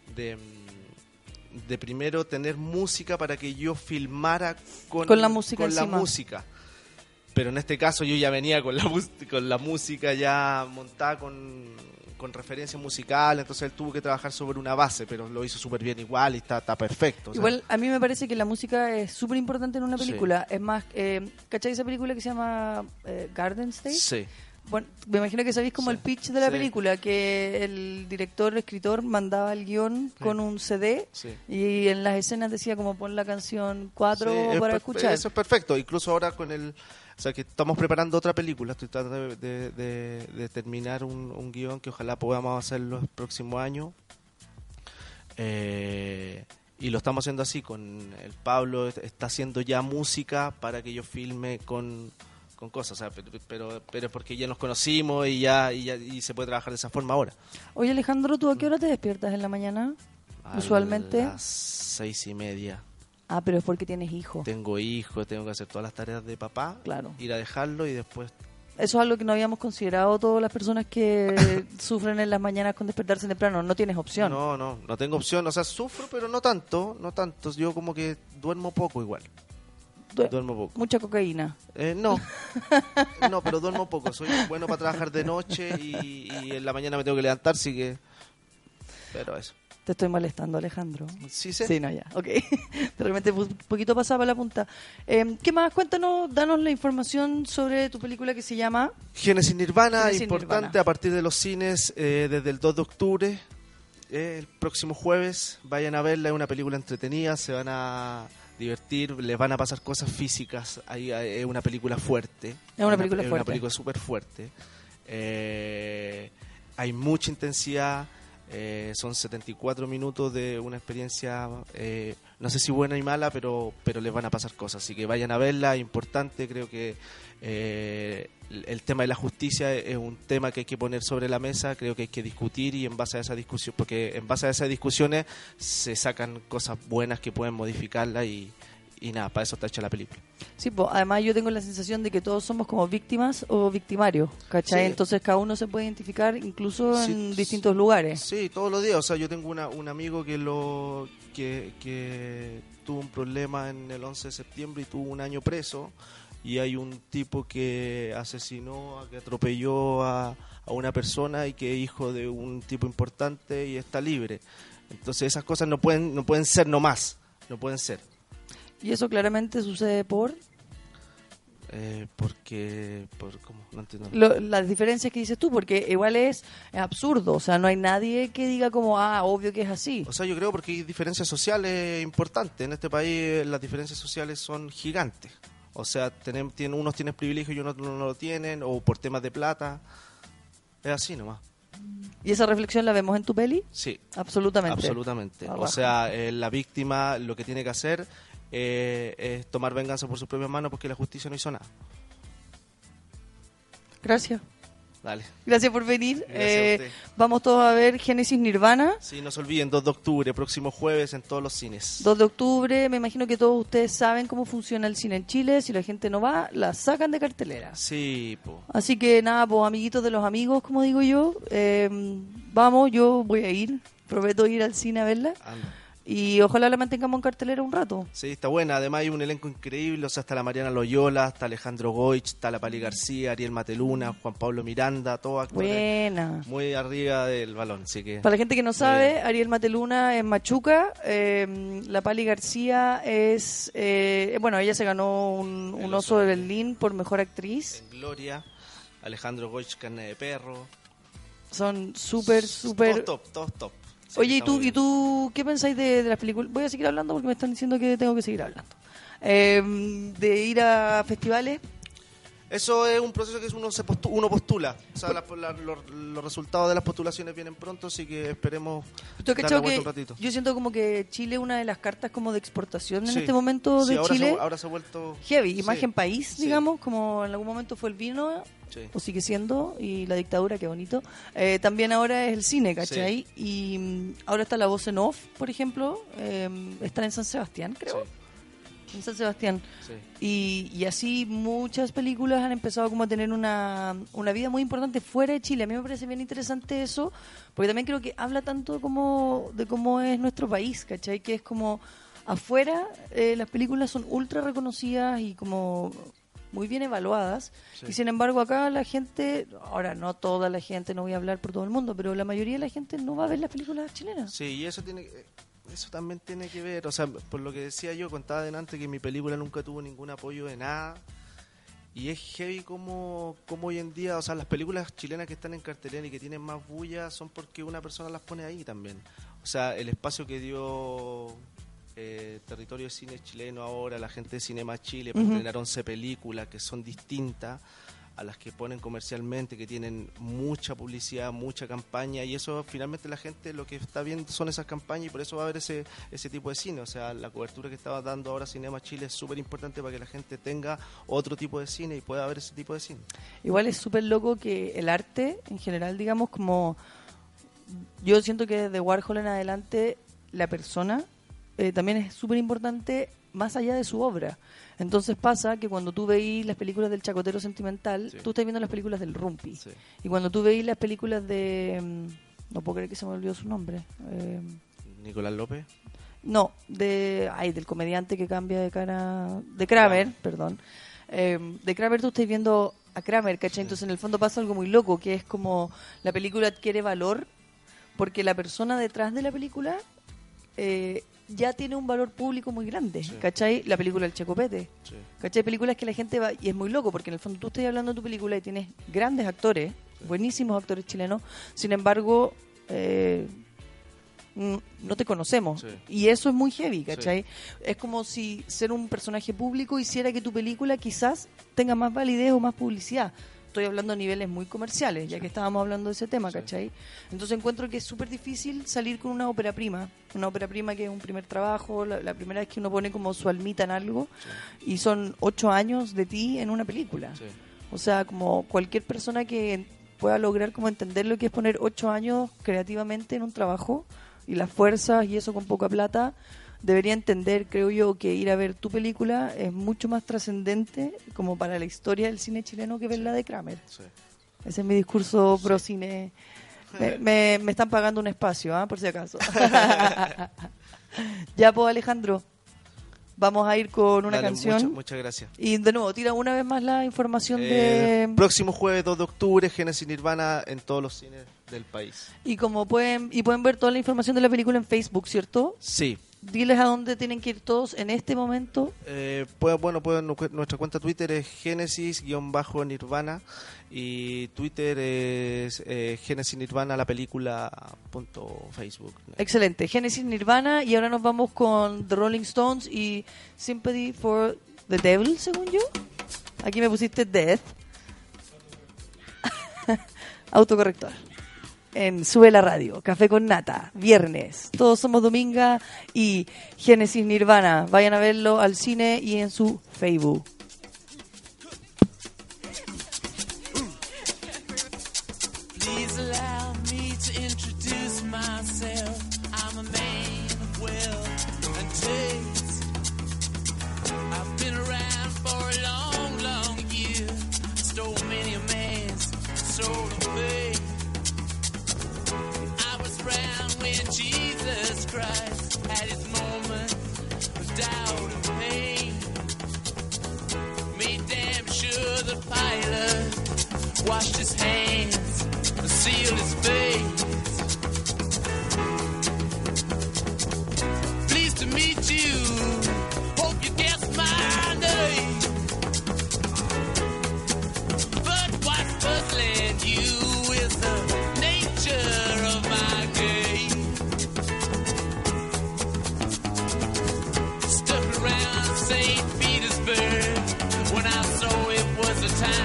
primero tener música para que yo filmara Con la música con la encima. música. Pero en este caso yo ya venía con la música ya montada con referencia musical, entonces él tuvo que trabajar sobre una base, pero lo hizo súper bien igual y está perfecto. O sea. Igual, a mí me parece que la música es súper importante en una Sí. película. Es más, ¿cachai esa película que se llama Garden State? Sí. Bueno, me imagino que sabéis como Sí. el pitch de la Sí. película, que el escritor mandaba el guión con un CD Sí. y en las escenas decía como pon la canción 4 Sí, es para escuchar. Eso es perfecto. Incluso ahora con o sea, que estamos preparando otra película. Estoy tratando de terminar un guión que ojalá podamos hacerlo el próximo año. Y lo estamos haciendo así. Con el Pablo está haciendo ya música para que yo filme con cosas. O sea, pero es porque ya nos conocimos y se puede trabajar de esa forma ahora. Oye, Alejandro, ¿tú a qué hora te despiertas en la mañana? Usualmente. A las 6:30. Ah, pero es porque tienes hijos. Tengo hijos, tengo que hacer todas las tareas de papá. Claro. Ir a dejarlo y después... Eso es algo que no habíamos considerado todas las personas que sufren en las mañanas con despertarse temprano. No tienes opción. No tengo opción. O sea, sufro, pero no tanto. Yo como que duermo poco igual. Duermo poco. Mucha cocaína. No, pero duermo poco. Soy bueno para trabajar de noche y en la mañana me tengo que levantar, así que... Pero eso. Te estoy molestando, Alejandro. Sí, sé. Sí, no, ya. Ok. De repente un poquito pasaba la punta. ¿Qué más? Cuéntanos, danos la información sobre tu película que se llama... Génesis Nirvana, Génesis importante, Nirvana. a partir de los cines desde el 2 de octubre. El próximo jueves vayan a verla, es una película entretenida, se van a divertir, les van a pasar cosas físicas. Ahí es una película fuerte. Es una película Es fuerte. una película súper fuerte. Hay mucha intensidad. Son 74 minutos de una experiencia, no sé si buena y mala, pero les van a pasar cosas. Así que vayan a verla, es importante. Creo que el tema de la justicia es un tema que hay que poner sobre la mesa. Creo que hay que discutir y en base a esa discusión, porque en base a esas discusiones se sacan cosas buenas que pueden modificarla y nada, para eso está hecha la película. Sí, pues, además yo tengo la sensación de que todos somos como víctimas o victimarios, ¿cachai? Sí. Entonces cada uno se puede identificar incluso Sí, en distintos lugares. Sí, todos los días. O sea, yo tengo un amigo que tuvo un problema en el 11 de septiembre y tuvo un año preso. Y hay un tipo que asesinó, que atropelló a una persona y que es hijo de un tipo importante y está libre. Entonces esas cosas no pueden ser nomás. No pueden ser. Y eso claramente sucede por ¿cómo? No entiendo. las diferencias que dices tú, porque igual es absurdo, o sea, no hay nadie que diga como, obvio que es así. O sea, yo creo porque hay diferencias sociales importantes. En este país las diferencias sociales son gigantes. O sea, unos tienen privilegios y otros no lo tienen, o por temas de plata. Es así nomás. ¿Y esa reflexión la vemos en tu peli? Sí. Absolutamente. Absolutamente. Abajo. O sea, la víctima lo que tiene que hacer es tomar venganza por sus propias manos porque la justicia no hizo nada. Gracias. Dale. Gracias por venir. Gracias a usted. Vamos todos a ver Génesis Nirvana. Sí, no se olviden, 2 de octubre, próximo jueves en todos los cines. 2 de octubre, me imagino que todos ustedes saben cómo funciona el cine en Chile. Si la gente no va, la sacan de cartelera. Sí, po. Así que nada, pues amiguitos de los amigos, como digo yo, vamos, yo voy a ir. Prometo ir al cine a verla. Anda. Y ojalá la mantengamos en cartelera un rato. Sí, está buena. Además hay un elenco increíble. O sea, está la Mariana Loyola, está Alejandro Goich, está la Pali García, Ariel Mateluna, Juan Pablo Miranda, todos actores Buena. muy arriba del balón. Así que Para la gente que no sabe, Ariel Mateluna es Machuca, la Pali García es, ella se ganó un oso de Berlín por mejor actriz. en Gloria, Alejandro Goich, Carne de Perro. Son súper. Todos top. Sí, Oye, está muy bien. ¿y tú qué pensáis de las películas? Voy a seguir hablando porque me están diciendo que tengo que seguir hablando. De ir a festivales. Eso es un proceso que uno postula. O sea, los resultados de las postulaciones vienen pronto, así que esperemos ¿Tú has darle cachado vuelta que un ratito. yo siento como que Chile es una de las cartas como de exportación en Sí. este momento Sí, de ahora Chile? ahora se ha vuelto... Heavy, Sí. imagen país, Sí. digamos, como en algún momento fue el vino, Sí. o sigue siendo, y la dictadura, qué bonito. También ahora es el cine, ¿cachai? Y ahora está la voz en off, por ejemplo, está en San Sebastián, creo. Sí. En San Sebastián. Sí. Y así muchas películas han empezado como a tener una vida muy importante fuera de Chile. A mí me parece bien interesante eso, porque también creo que habla tanto como de cómo es nuestro país, ¿cachai? Que es como afuera las películas son ultra reconocidas y como muy bien evaluadas, Sí. y sin embargo acá la gente, ahora no toda la gente, no voy a hablar por todo el mundo, pero la mayoría de la gente no va a ver las películas chilenas. Sí, y eso también tiene que ver, o sea, por lo que decía yo, contaba adelante que mi película nunca tuvo ningún apoyo de nada, y es heavy como hoy en día, o sea, las películas chilenas que están en cartelera y que tienen más bulla son porque una persona las pone ahí también. O sea, el espacio que dio Territorio de Cine Chileno ahora, la gente de Cinema Chile, para estrenar 11 películas que son distintas a las que ponen comercialmente, que tienen mucha publicidad, mucha campaña, y eso finalmente la gente lo que está viendo son esas campañas, y por eso va a haber ese tipo de cine. O sea, la cobertura que estaba dando ahora Cinema Chile es súper importante para que la gente tenga otro tipo de cine y pueda ver ese tipo de cine. Igual es súper loco que el arte en general, digamos, como yo siento que desde Warhol en adelante la persona también es súper importante más allá de su obra. Entonces pasa que cuando tú veís las películas del Chacotero Sentimental, Sí. tú estás viendo las películas del Rumpi. Sí. Y cuando tú veís las películas de... no puedo creer que se me olvidó su nombre. Nicolás López. No, del comediante que cambia de cara... De Kramer, perdón. De Kramer tú estás viendo a Kramer, ¿cachai? Entonces en el fondo pasa algo muy loco, que es como la película adquiere valor porque la persona detrás de la película ya tiene un valor público muy grande, Sí. ¿cachai? La película El Checopete, Sí. ¿cachai? Películas que la gente va... Y es muy loco porque en el fondo tú estás hablando de tu película y tienes grandes actores, buenísimos actores chilenos, sin embargo... no te conocemos. Sí. Y eso es muy heavy, ¿cachai? Es como si ser un personaje público hiciera que tu película quizás tenga más validez o más publicidad. Estoy hablando a niveles muy comerciales, ya que estábamos hablando de ese tema, ¿cachai? Entonces encuentro que es súper difícil salir con una ópera prima que es un primer trabajo, la primera vez que uno pone como su almita en algo, y son 8 años de ti en una película. Sí. O sea, como cualquier persona que pueda lograr como entender lo que es poner 8 años creativamente en un trabajo, y las fuerzas y eso con poca plata, debería entender, creo yo, que ir a ver tu película es mucho más trascendente como para la historia del cine chileno que ver la de Kramer. Sí. Ese es mi discurso pro cine. Me están pagando un espacio, por si acaso. Ya, pues, Alejandro, vamos a ir con una Dale, canción. muchas gracias. Y de nuevo, tira una vez más la información de... Próximo jueves 2 de octubre, Génesis Nirvana en todos los cines del país. Y como pueden ver toda la información de la película en Facebook, ¿cierto? Sí. Diles a dónde tienen que ir todos en este momento. Nuestra cuenta Twitter es Génesis-Nirvana y Twitter es Génesis Nirvana, la película .facebook. Excelente, Génesis Nirvana, y ahora nos vamos con The Rolling Stones y Sympathy for the Devil, según yo. Aquí me pusiste Death. Autocorrector. En Sube la Radio, Café con Nata, viernes. Todos somos Dominga y Génesis Nirvana. Vayan a verlo al cine y en su Facebook. Please allow me to introduce myself. I'm a man of wealth and taste. I've been around for a long, long year. Stole many a man's soul of faith. I was around when Jesus Christ had his moment of doubt and pain. Made damn sure the pilot washed his hands and sealed his face. Pleased to meet you. Hope you guessed my name. But what's puzzling you is the nature of my game. Stuck around St. Petersburg when I saw it was a time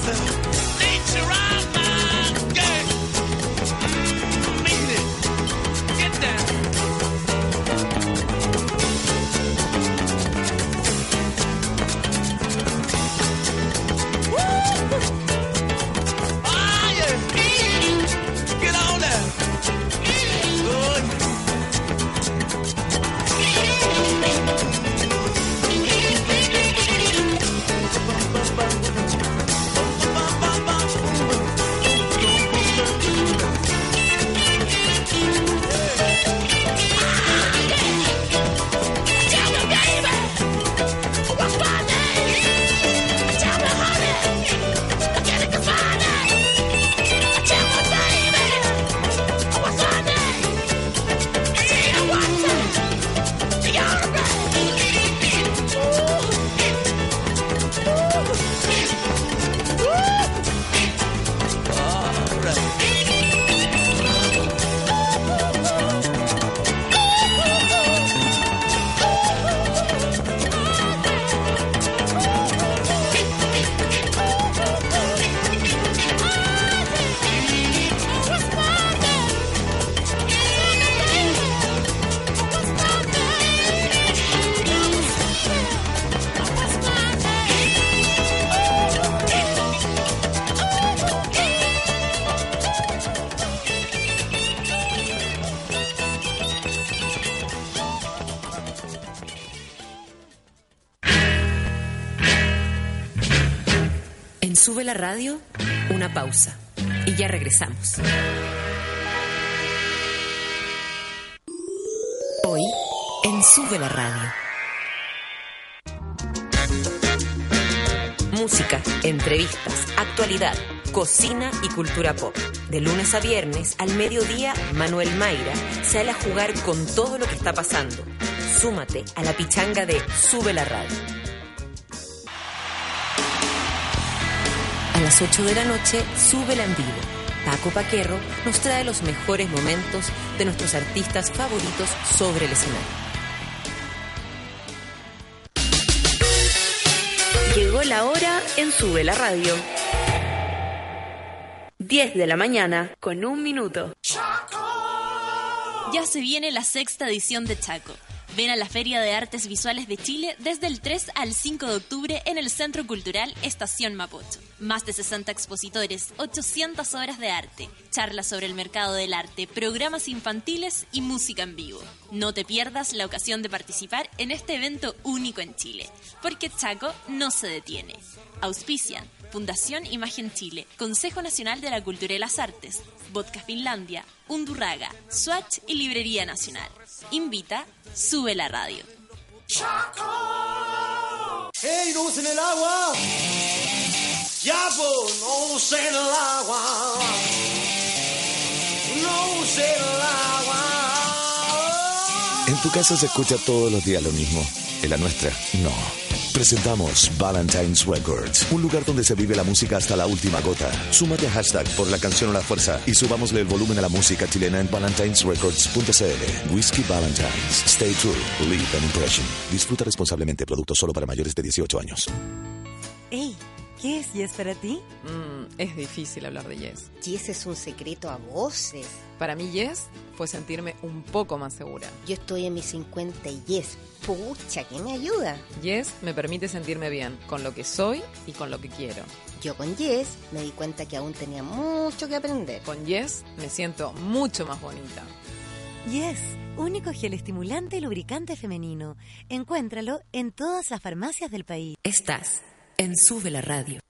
nature of my girl. Beat it. Get down. Ah, yeah. Get on there. Good. En Sube la Radio, una pausa. Y ya regresamos. Hoy, en Sube la Radio. Música, entrevistas, actualidad, cocina y cultura pop. De lunes a viernes, al mediodía, Manuel Mayra sale a jugar con todo lo que está pasando. Súmate a la pichanga de Sube la Radio. A las 8 de la noche, Súbela en vivo. Paco Paquerro nos trae los mejores momentos de nuestros artistas favoritos sobre el escenario. Llegó la hora en Sube la Radio. 10 de la mañana con 1 minuto. Ya se viene la 6ª edición de Chaco. Ven a la Feria de Artes Visuales de Chile desde el 3 al 5 de octubre en el Centro Cultural Estación Mapocho. Más de 60 expositores, 800 obras de arte, charlas sobre el mercado del arte, programas infantiles y música en vivo. No te pierdas la ocasión de participar en este evento único en Chile, porque Chaco no se detiene. Auspician Fundación Imagen Chile, Consejo Nacional de la Cultura y las Artes, Vodka Finlandia, Undurraga, Swatch y Librería Nacional. Invita Sube la Radio. ¡Hey, no usen el agua! ¡Ya, pues, no usen el agua! ¡No usen el agua! En tu casa se escucha todos los días lo mismo. En la nuestra, no. Presentamos Valentine's Records, un lugar donde se vive la música hasta la última gota. Súmate a hashtag por la canción o la fuerza y subámosle el volumen a la música chilena en valentinesrecords.cl. Whisky Valentine's. Stay true. Leave an impression. Disfruta responsablemente. Producto solo para mayores de 18 años. Ey, ¿qué es Yes para ti? Es difícil hablar de Yes. Yes es un secreto a voces. Para mí Yes fue sentirme un poco más segura. Yo estoy en mis 50 y Yes, pucha, ¿qué me ayuda? Yes me permite sentirme bien con lo que soy y con lo que quiero. Yo con Yes me di cuenta que aún tenía mucho que aprender. Con Yes me siento mucho más bonita. Yes, único gel estimulante y lubricante femenino. Encuéntralo en todas las farmacias del país. Estás en Sube la Radio.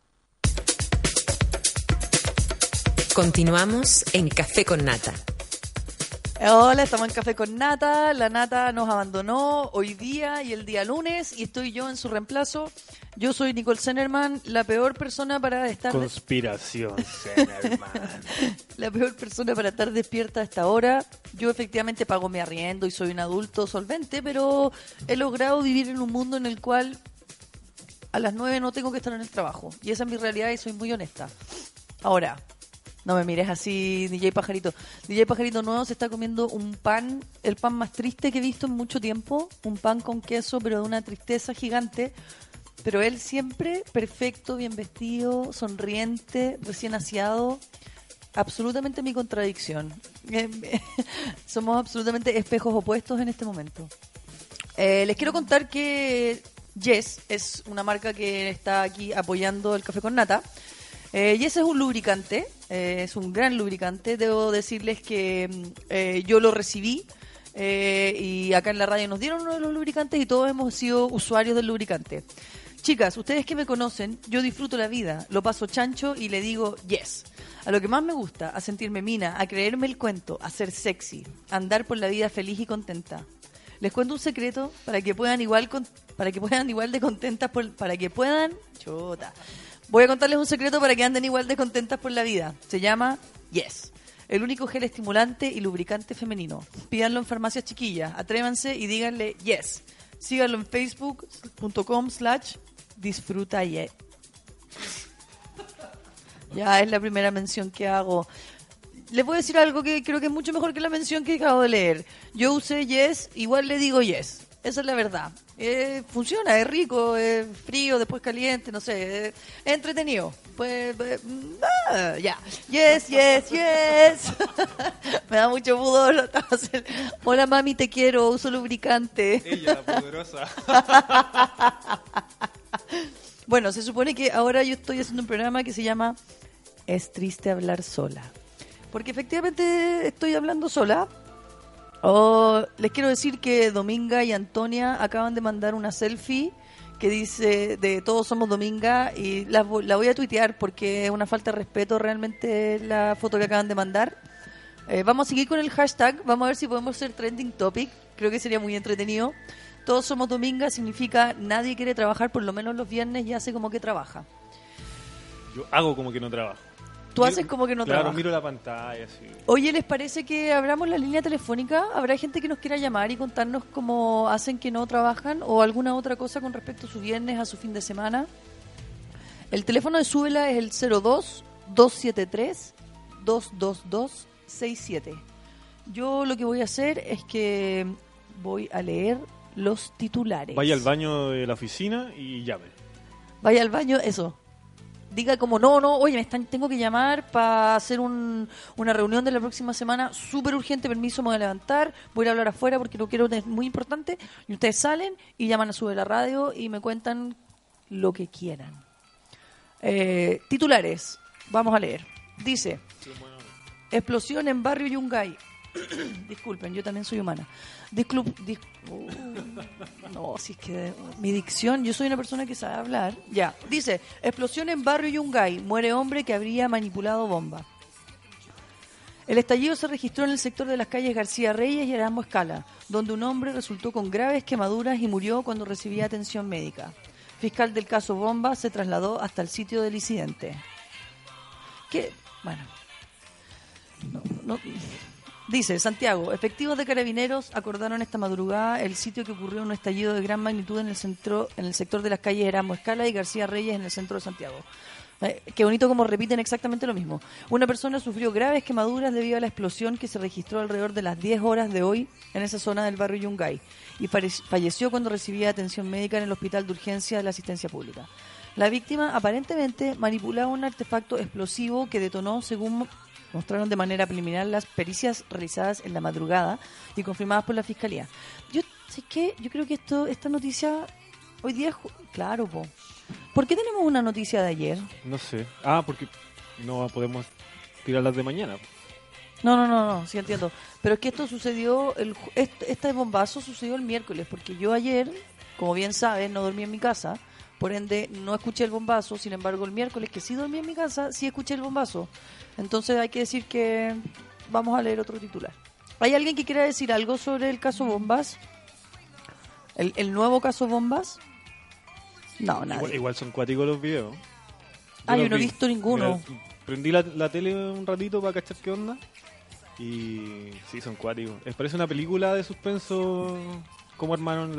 Continuamos en Café con Nata. Hola, estamos en Café con Nata. La Nata nos abandonó hoy día y el día lunes y estoy yo en su reemplazo. Yo soy Nicole Zenerman, la peor persona para estar... Conspiración, Zenerman. La peor persona para estar despierta a esta hora. Yo efectivamente pago mi arriendo y soy un adulto solvente, pero he logrado vivir en un mundo en el cual a las 9 no tengo que estar en el trabajo. Y esa es mi realidad y soy muy honesta. Ahora... No me mires así, DJ Pajarito. DJ Pajarito Nuevo se está comiendo un pan, el pan más triste que he visto en mucho tiempo. Un pan con queso, pero de una tristeza gigante. Pero él siempre perfecto, bien vestido, sonriente, recién aseado. Absolutamente mi contradicción. Somos absolutamente espejos opuestos en este momento. Les quiero contar que Yes es una marca que está aquí apoyando el café con nata. Yes es un lubricante, es un gran lubricante. Debo decirles que yo lo recibí y acá en la radio nos dieron uno de los lubricantes y todos hemos sido usuarios del lubricante. Chicas, ustedes que me conocen, yo disfruto la vida, lo paso chancho y le digo yes. A lo que más me gusta, a sentirme mina, a creerme el cuento, a ser sexy, a andar por la vida feliz y contenta. Les cuento un secreto para que puedan igual de contentas Voy a contarles un secreto para que anden igual de contentas por la vida. Se llama Yes. El único gel estimulante y lubricante femenino. Pídanlo en farmacias chiquillas, atrévanse y díganle yes. Síganlo en facebook.com/disfrutaye. Ya es la primera mención que hago. Les voy a decir algo que creo que es mucho mejor que la mención que acabo de leer. Yo usé yes, igual le digo yes. Esa es la verdad. Funciona, es rico, es frío, después caliente, no sé, es entretenido. Ya. Yes. Me da mucho pudor. Hola mami, te quiero, uso lubricante. Ella, la poderosa. Bueno, se supone que ahora yo estoy haciendo un programa que se llama Es triste hablar sola. Porque efectivamente estoy hablando sola. Les quiero decir que Dominga y Antonia acaban de mandar una selfie que dice de Todos Somos Dominga y la voy a tuitear porque es una falta de respeto realmente la foto que acaban de mandar. Vamos a seguir con el hashtag, vamos a ver si podemos hacer trending topic, creo que sería muy entretenido. Todos Somos Dominga significa nadie quiere trabajar, por lo menos los viernes y hace como que trabaja. Yo hago como que no trabajo. Tú haces como que no trabajas. Claro, miro la pantalla, así. Oye, ¿les parece que abramos la línea telefónica? ¿Habrá gente que nos quiera llamar y contarnos cómo hacen que no trabajan o alguna otra cosa con respecto a su viernes, a su fin de semana? El teléfono de Súbela es el 02-273-222-67. Yo lo que voy a hacer es que voy a leer los titulares. Vaya al baño de la oficina y llame. Vaya al baño, eso. Diga como, no, oye, tengo que llamar para hacer una reunión de la próxima semana, súper urgente, permiso, me voy a levantar, voy a ir a hablar afuera porque lo quiero, es muy importante, y ustedes salen y llaman a Sube la Radio y me cuentan lo que quieran. Titulares, vamos a leer. Dice, explosión en barrio Yungay. Disculpen, yo también soy humana. No, si es que mi dicción, yo soy una persona que sabe hablar. Ya, dice, explosión en barrio Yungay, muere hombre que habría manipulado bomba. El estallido se registró en el sector de las calles García Reyes y Erasmo Escala, donde un hombre resultó con graves quemaduras y murió cuando recibía atención médica. Fiscal del caso bomba se trasladó hasta el sitio del incidente. ¿Qué? Bueno. No. Dice, Santiago, efectivos de carabineros acordaron esta madrugada el sitio que ocurrió un estallido de gran magnitud en el sector de las calles Erasmo Escala y García Reyes en el centro de Santiago. Qué bonito como repiten exactamente lo mismo. Una persona sufrió graves quemaduras debido a la explosión que se registró alrededor de las 10 horas de hoy en esa zona del barrio Yungay y falleció cuando recibía atención médica en el Hospital de Urgencia de la Asistencia Pública. La víctima aparentemente manipulaba un artefacto explosivo que detonó, según mostraron de manera preliminar las pericias realizadas en la madrugada y confirmadas por la Fiscalía. Yo creo que esta noticia hoy día claro, ¿por qué tenemos una noticia de ayer? No sé. Porque no podemos tirarlas de mañana. No, sí entiendo. Pero es que esto sucedió, este bombazo sucedió el miércoles, porque yo ayer, como bien sabes, no dormí en mi casa, por ende no escuché el bombazo. Sin embargo, el miércoles, que sí dormí en mi casa, sí escuché el bombazo. Entonces hay que decir que vamos a leer otro titular. ¿Hay alguien que quiera decir algo sobre el caso Bombas? ¿El nuevo caso Bombas? No, nadie. Igual son cuáticos los videos. Yo no he visto ninguno. Mira, prendí la tele un ratito para cachar qué onda. Y sí, son cuáticos. Parece una película de suspenso, cómo armaron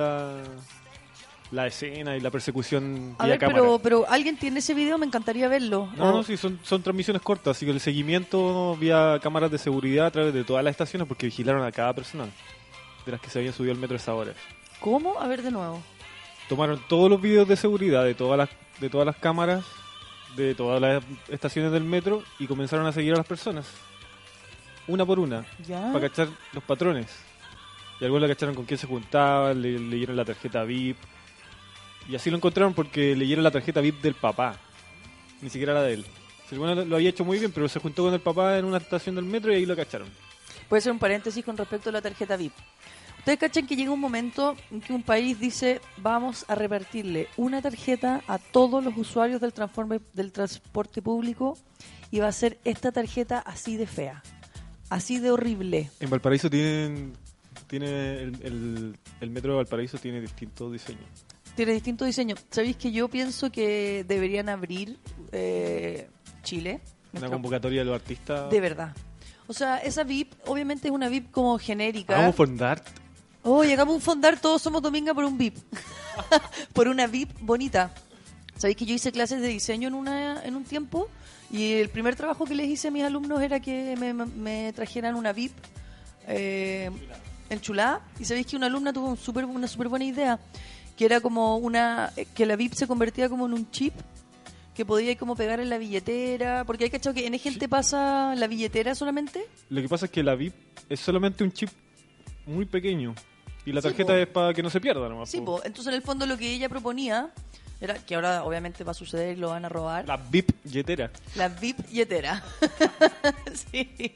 la escena y la persecución vía cámara. Pero ¿alguien tiene ese video? Me encantaría verlo. No, sí, son transmisiones cortas, así que el seguimiento vía cámaras de seguridad a través de todas las estaciones, porque vigilaron a cada persona de las que se habían subido al metro a esa hora. ¿Cómo? A ver de nuevo. tomaron todos los videos de seguridad de todas las cámaras de todas las estaciones del metro y comenzaron a seguir a las personas una por una Ya. para cachar los patrones. Y algunos le cacharon con quién se juntaban, leyeron la tarjeta VIP. Y así lo encontraron porque leyeron la tarjeta VIP del papá, ni siquiera la de él. Bueno, lo había hecho muy bien, pero se juntó con el papá en una estación del metro y ahí lo cacharon. Puede ser un paréntesis con respecto a la tarjeta VIP. Ustedes cachan que llega un momento en que un país dice vamos a repartirle una tarjeta a todos los usuarios del transporte público y va a ser esta tarjeta así de fea, así de horrible. En Valparaíso tiene el metro de Valparaíso tiene distintos diseños. Tiene distintos diseños. ¿Sabéis que yo pienso que deberían abrir Chile? Una convocatoria de los artistas. De verdad. O sea, esa VIP obviamente es una VIP como genérica. Hagamos fondart. Oye, hagamos un fondar, todos somos Dominga por un VIP. Por una VIP bonita. ¿Sabéis que yo hice clases de diseño en un tiempo? Y el primer trabajo que les hice a mis alumnos era que me trajeran una VIP enchulada. Y sabéis que una alumna tuvo una súper buena idea, que era como que la VIP se convertía como en un chip que podía como pegar en la billetera, porque hay cachado que en gente pasa la billetera solamente. Lo que pasa es que la VIP es solamente un chip muy pequeño y la Sí, tarjeta po. es para que no se pierda nomás. Sí, po. po. Entonces en el fondo lo que ella proponía era, que ahora obviamente va a suceder y lo van a robar, La VIP yetera. la VIP billetera. Sí.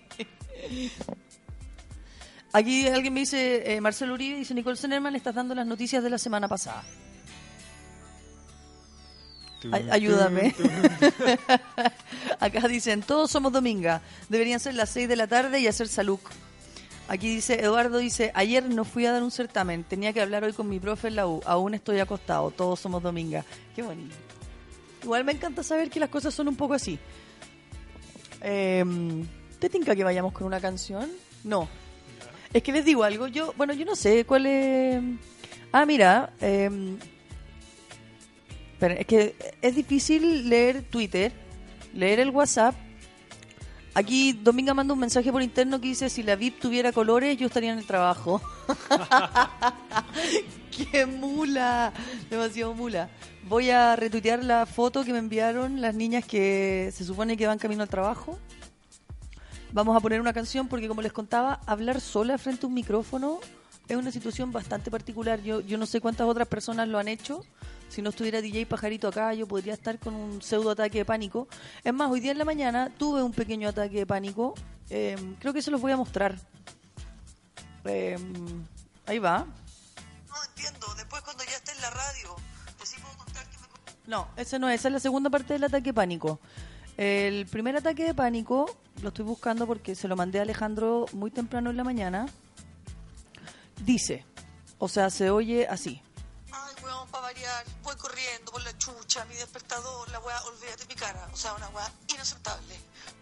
Aquí alguien me dice, Marcelo Uribe dice, Nicole Zenerman, estás dando las noticias de la semana pasada. Ayúdame. Acá dicen, todos somos Dominga. Deberían ser las 6 de la tarde y hacer salud. Aquí dice, Eduardo dice, ayer no fui a dar un certamen. Tenía que hablar hoy con mi profe en la U. Aún estoy acostado. Todos somos Dominga. Qué bonito. Igual me encanta saber que las cosas son un poco así. ¿Te tinca que vayamos con una canción? No. Es que les digo algo. Yo no sé cuál es... Ah, mira... Pero es que es difícil leer Twitter, leer el WhatsApp. Aquí Dominga manda un mensaje por interno que dice, si la VIP tuviera colores, yo estaría en el trabajo. ¡Qué mula! Demasiado mula. Voy a retuitear la foto que me enviaron las niñas que se supone que van camino al trabajo. Vamos a poner una canción porque, como les contaba, hablar sola frente a un micrófono es una situación bastante particular. Yo no sé cuántas otras personas lo han hecho. Si no estuviera DJ Pajarito acá, yo podría estar con un pseudo ataque de pánico. Es más, hoy día en la mañana tuve un pequeño ataque de pánico. Creo que se los voy a mostrar. Ahí va. No entiendo. Después cuando ya esté en la radio, decimos contar que me... No, esa no es. Esa es la segunda parte del ataque de pánico. El primer ataque de pánico lo estoy buscando porque se lo mandé a Alejandro muy temprano en la mañana. Dice, o sea, se oye así. Ay, weón, para variar, voy corriendo por la chucha, mi despertador, la weá, olvídate mi cara. O sea, una weá inaceptable.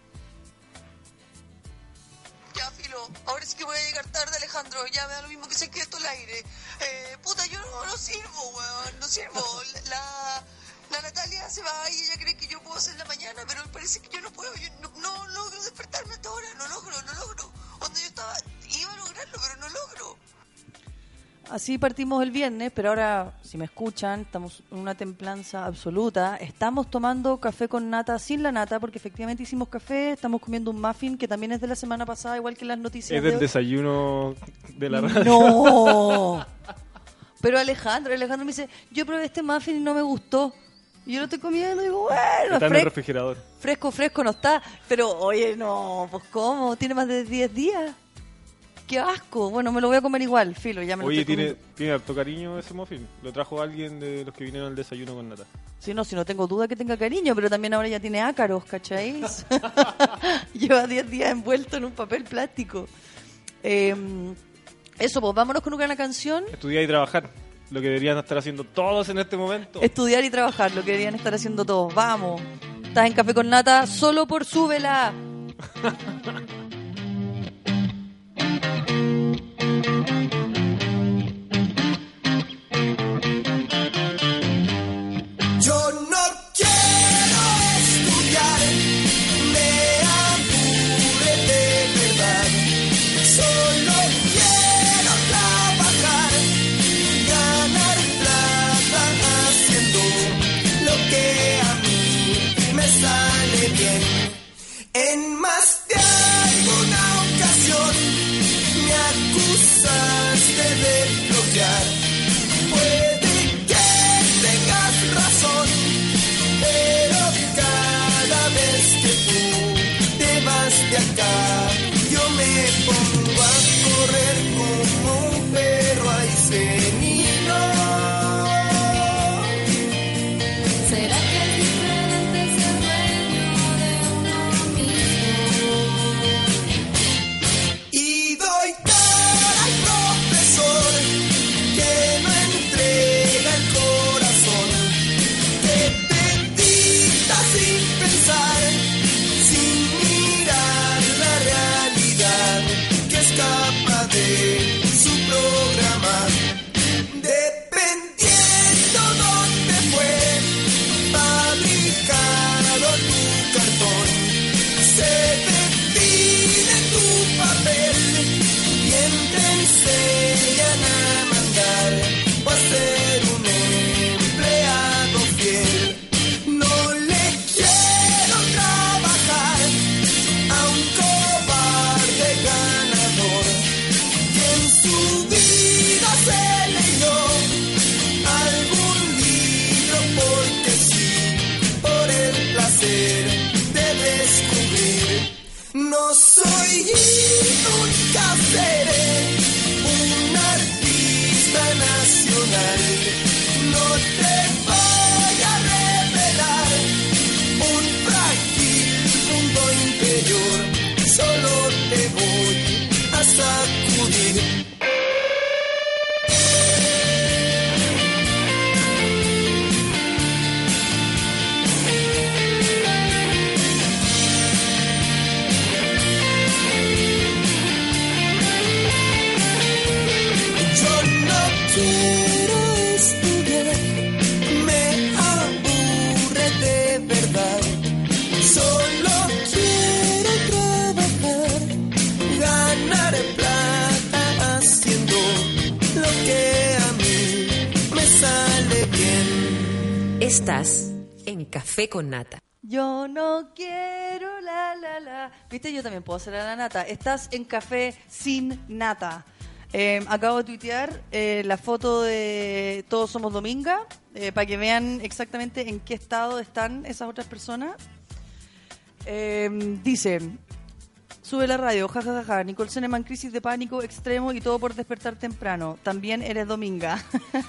Ya, filo, ahora sí que voy a llegar tarde, Alejandro. Ya me da lo mismo que se quede todo el aire. Puta, yo no sirvo, weón, no sirvo. La Natalia se va y ella cree que yo puedo hacer la mañana, pero parece que yo no puedo. Yo no logro despertarme hasta ahora, no logro. Cuando yo iba a lograrlo, pero no logro. Así partimos el viernes, pero ahora, si me escuchan, estamos en una templanza absoluta. Estamos tomando café con nata sin la nata, porque efectivamente hicimos café. Estamos comiendo un muffin, que también es de la semana pasada, igual que las noticias Es de del hoy. desayuno de la radio. ¡No! Pero Alejandro me dice, yo probé este muffin y no me gustó. Y yo lo estoy comiendo y digo, bueno, Está en el refrigerador. fresco no está. Pero, oye, no, pues ¿cómo? Tiene más de 10 días. ¡Qué asco! Bueno, me lo voy a comer igual, filo, ya me lo Oye, estoy tiene comiendo. harto cariño ese muffin. Lo trajo alguien de los que vinieron al desayuno con nata. Si no tengo duda que tenga cariño, pero también ahora ya tiene ácaros, ¿cachai? Lleva 10 días envuelto en un papel plástico. Eso, pues vámonos con una canción. Estudiar y trabajar. Lo que deberían estar haciendo todos en este momento. Estudiar y trabajar, lo que deberían estar haciendo todos. Vamos. Estás en Café con Nata solo por Súbela. Yo no quiero estudiar, me aburre de verdad. Solo quiero trabajar, ganar plata sale bien. En más de alguna ocasión me acusaste de bloquear. Puede que tengas razón, pero cada vez que tú te vas de acá, yo me pongo a correr como un perro aicenino. ¿Será que es diferente ser dueño de uno mismo? Y doy cara al profesor que no entrega el corazón, que te dicta sin pensar, sin mirar la realidad, que escapa de su programa. Dependiendo dónde fue fabricado tu cartón, se define tu papel, bien te enseñan a mandar o a ser un empleado fiel. No le quiero trabajar a un cobarde ganador que en su vida se leyó algún libro porque sí, por el placer de descubrir. No soy y nunca seré un artista nacional. No te voy a revelar un frágil mundo interior, solo te voy a sacudir. Yo no quiero estudiar, me aburre de verdad. Solo quiero trabajar, ganar plata haciendo lo que a mí me sale bien. Estás en Café con Nata. Yo no quiero la. Viste, yo también puedo hacer la nata. Estás en Café sin Nata. Acabo de tuitear la foto de Todos Somos Dominga para que vean exactamente en qué estado están esas otras personas. Dice: sube la radio, jajajaja, Nicole Seneman, crisis de pánico extremo y todo por despertar temprano. También eres Dominga.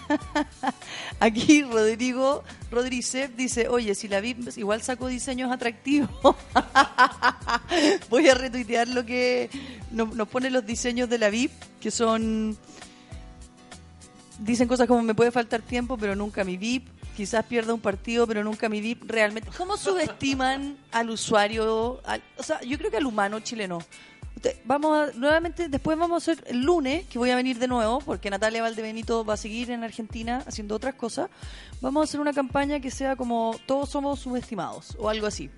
Aquí Rodrigo Rodríguez dice: oye, si la VIP igual sacó diseños atractivos. Voy a retuitear lo que nos pone los diseños de la VIP, que son... Dicen cosas como: me puede faltar tiempo, pero nunca mi VIP. Quizás pierda un partido, pero nunca mi VIP. Realmente, ¿cómo subestiman al usuario? O sea, yo creo que al humano chileno. Nuevamente, después vamos a hacer el lunes, que voy a venir de nuevo, porque Natalia Valdebenito va a seguir en Argentina haciendo otras cosas. Vamos a hacer una campaña que sea como todos somos subestimados, o algo así.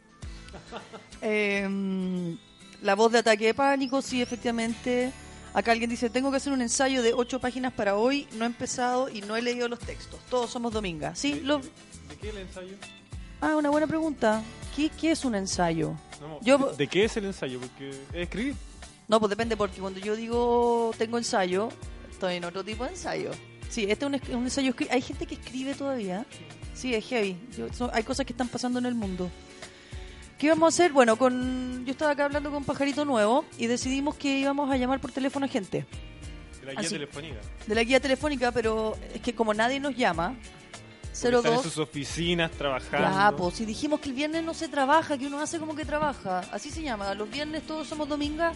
La voz de Ataque de Pánico, sí, efectivamente. Acá alguien dice: tengo que hacer un ensayo de 8 páginas para hoy, no he empezado y no he leído los textos. Todos somos Dominga. ¿Sí? ¿De qué el ensayo? Ah, una buena pregunta. ¿Qué es un ensayo? No, Yo... ¿De qué es el ensayo? Porque es escribir. No, pues depende, porque cuando yo digo tengo ensayo, estoy en otro tipo de ensayo. Sí, este es un ensayo escrito. Hay gente que escribe todavía. Sí, es heavy. Hay cosas que están pasando en el mundo. ¿Qué íbamos a hacer? Bueno, yo estaba acá hablando con Pajarito Nuevo y decidimos que íbamos a llamar por teléfono a gente. De la guía telefónica. De la guía telefónica, pero es que como nadie nos llama, Porque están en sus oficinas trabajando. Ya, pues si dijimos que el viernes no se trabaja, que uno hace como que trabaja, así se llama. Los viernes todos somos Dominga.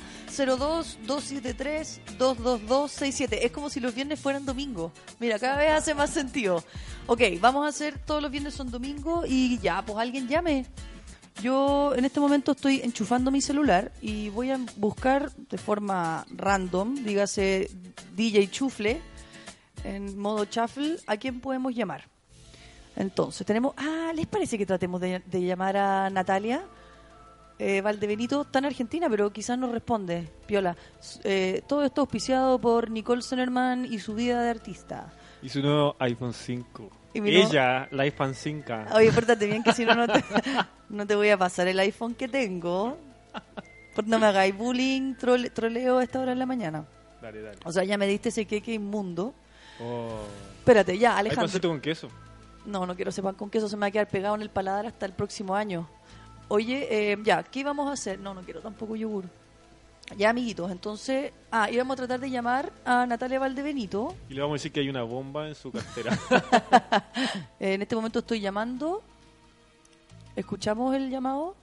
02-273-22267. Es como si los viernes fueran domingo. Mira, cada vez hace más sentido. Ok, vamos a hacer todos los viernes son domingo y ya, pues alguien llame. Yo en este momento estoy enchufando mi celular y voy a buscar de forma random, dígase DJ Chufle, en modo shuffle, a quién podemos llamar. Entonces tenemos... ¿les parece que tratemos de llamar a Natalia Valdebenito? Está en Argentina, pero quizás nos responde. Piola. Todo esto auspiciado por Nicole Senerman y su vida de artista. Y su nuevo iPhone 5. Y mi no- Ella, la hispancinca. Oye, pórtate bien que si no, no te voy a pasar el iPhone que tengo. Pues no me hagáis bullying, troleo a esta hora de la mañana. Dale, dale. O sea, ya me diste ese queque inmundo. Oh. Espérate, ya, Hay Alejandro. pancito con queso. No, no quiero ese pan con queso, se me va a quedar pegado en el paladar hasta el próximo año. Oye, ya, ¿qué íbamos a hacer? No quiero tampoco yogur. Ya, amiguitos, entonces... íbamos a tratar de llamar a Natalia Valdebenito. Y le vamos a decir que hay una bomba en su cartera. En este momento estoy llamando. ¿Escuchamos el llamado?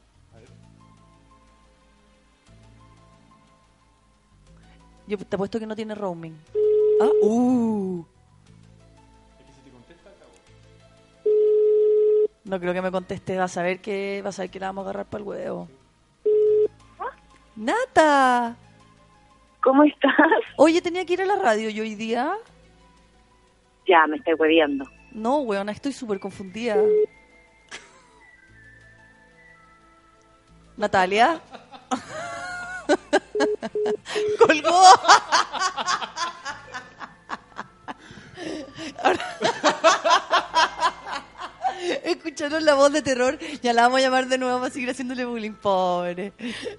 Yo te apuesto que no tiene roaming. No creo que me conteste, vas a ver que la vamos a agarrar para el huevo. Nata, ¿cómo estás? Oye, tenía que ir a la radio yo hoy día. Ya, me estoy hueviando. No, weona, estoy súper confundida. Natalia. Colgó. Escucharon la voz de terror. Ya la vamos a llamar de nuevo para seguir haciéndole bullying. Pobre.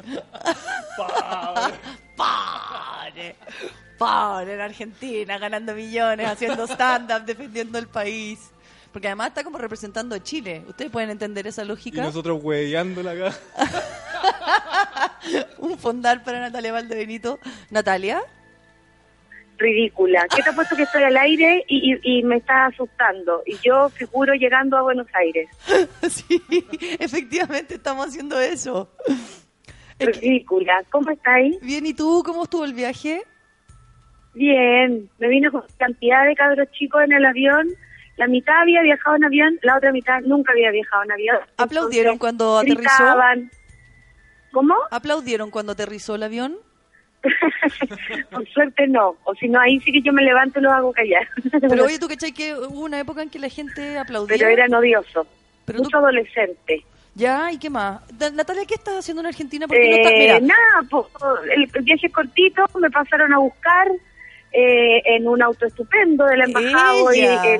Pobre en Argentina, ganando millones, haciendo stand-up, defendiendo el país. Porque además está como representando a Chile. ¿Ustedes pueden entender esa Y lógica? nosotros hueveándola acá. Un fondar para Natalia Valdebenito. ¿Natalia? Ridícula. ¿Qué te ha puesto que estoy al aire y me está asustando? Y yo figuro llegando a Buenos Aires. Sí, efectivamente estamos haciendo eso. Ridícula. ¿Cómo estáis? Bien, ¿y tú? ¿Cómo estuvo el viaje? Bien. Me vine con cantidad de cabros chicos en el avión. La mitad había viajado en avión, la otra mitad nunca había viajado en avión. ¿Aplaudieron cuando aterrizó? Gritaban. ¿Cómo? ¿Aplaudieron cuando aterrizó el avión? Por suerte no, o si no ahí sí que yo me levanto y los hago callar. Pero oye, ¿tú cachai que hubo una época en que la gente aplaudía? Pero eran odiosos, Pero mucho adolescente. Ya, ¿y qué más? Natalia, ¿qué estás haciendo en Argentina? ¿Por qué no estás? Mira, Nada, pues, el viaje es cortito, me pasaron a buscar en un auto estupendo de la embajada, voy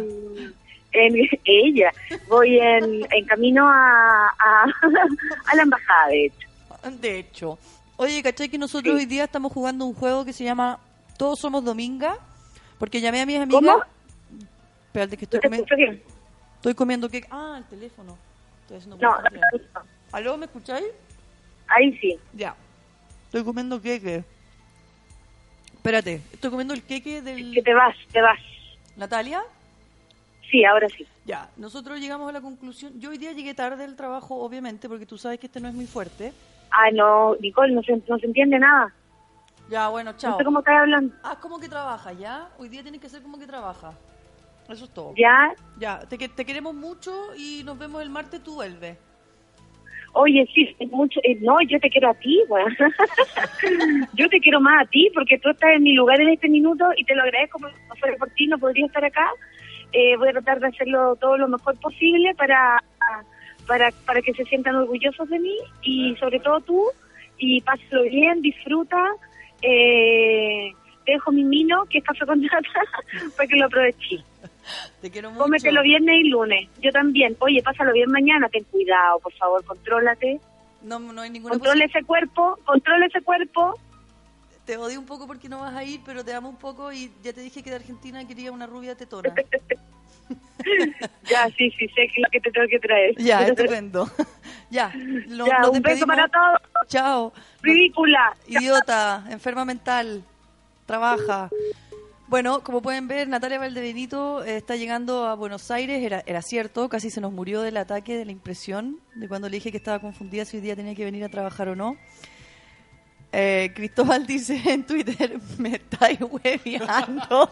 en camino a la embajada, de hecho. De hecho. Oye, ¿cachai que nosotros hoy día estamos jugando un juego que se llama Todos Somos Dominga? Porque llamé a mis amigas. ¿Cómo? Espérate que estoy comiendo. Estoy comiendo queque. El teléfono. Estoy haciendo cosas. ¿Aló, me escucháis? Ahí sí. Ya. Estoy comiendo queque. Espérate, estoy comiendo el queque del... Que te vas. ¿Natalia? Sí, ahora sí. Ya, nosotros llegamos a la conclusión. Yo hoy día llegué tarde del trabajo, obviamente, porque tú sabes que este no es muy fuerte. No, Nicole, no se entiende nada. Ya, bueno, chao. No sé cómo estás hablando. ¿Cómo que trabaja, ya? Hoy día tienes que ser como que trabaja. Eso es todo. Ya. Ya, te queremos mucho y nos vemos el martes, tú vuelves. Oye, sí, mucho. No, yo te quiero a ti, güey. Yo te quiero más a ti porque tú estás en mi lugar en este minuto y te lo agradezco. Como no fuera por ti, no podría estar acá. Voy a tratar de hacerlo todo lo mejor posible para que se sientan orgullosos de mí y sobre todo tú, y pásalo bien, disfruta, te dejo mi mino, que es café con nata, para que lo aproveches. Te quiero mucho. Cómetelo viernes y lunes, yo también. Oye, pásalo bien mañana, ten cuidado, por favor, contrólate. No hay ninguna controla ese cuerpo. Te odio un poco porque no vas a ir, pero te amo un poco y ya te dije que de Argentina quería una rubia tetona. Ya, sí, sé que es lo que te tengo que traer. Ya, estupendo. Ya, un beso para todos. Chao. Ridícula. Idiota, enferma mental, trabaja. Bueno, como pueden ver, Natalia Valdebenito está llegando a Buenos Aires. Era cierto, casi se nos murió del ataque, de la impresión, de cuando le dije que estaba confundida si hoy día tenía que venir a trabajar o no. Cristóbal dice en Twitter, me estáis hueveando.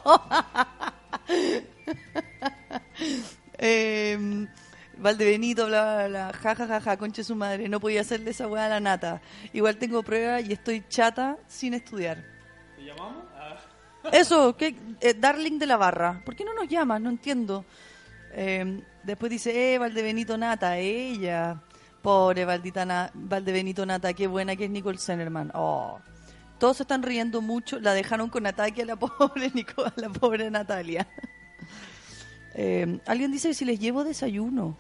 Valdebenito, bla, bla, bla, ja, conche su madre, no podía hacerle esa hueá a la Nata. Igual tengo prueba y estoy chata sin estudiar. ¿Te llamamos? Eso, Darling de la Barra. ¿Por qué no nos llamas? No entiendo. Después dice, Valdebenito Nata, ella. Pobre Valdebenito Nata, qué buena que es Nicole Zenerman. Oh. Todos se están riendo mucho, la dejaron con ataque a la pobre Natalia. Alguien dice que si les llevo desayuno.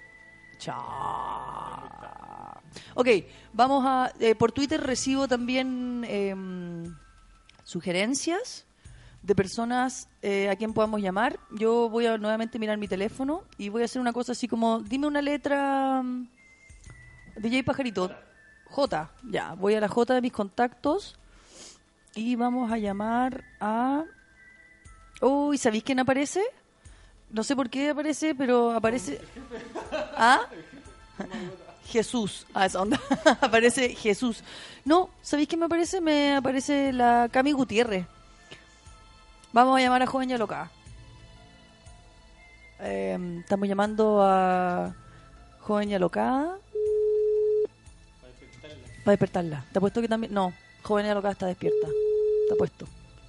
Chao. Ok, vamos a... por Twitter recibo también sugerencias de personas a quien podamos llamar. Yo voy a nuevamente mirar mi teléfono y voy a hacer una cosa así como, dime una letra, DJ Pajarito. J, ya, voy a la J de mis contactos y vamos a llamar a... Uy, ¿sabéis quién aparece? No sé por qué aparece, pero aparece... ¿Ah? Jesús. Ah, esa onda. Aparece Jesús. No, ¿sabéis quién me aparece? Me aparece la Cami Gutiérrez. Vamos a llamar a Joven y Alocada. Estamos llamando a Joven y Alocada. Para despertarla. Te apuesto que también... No, Joven y Alocada está despierta. Te apuesto.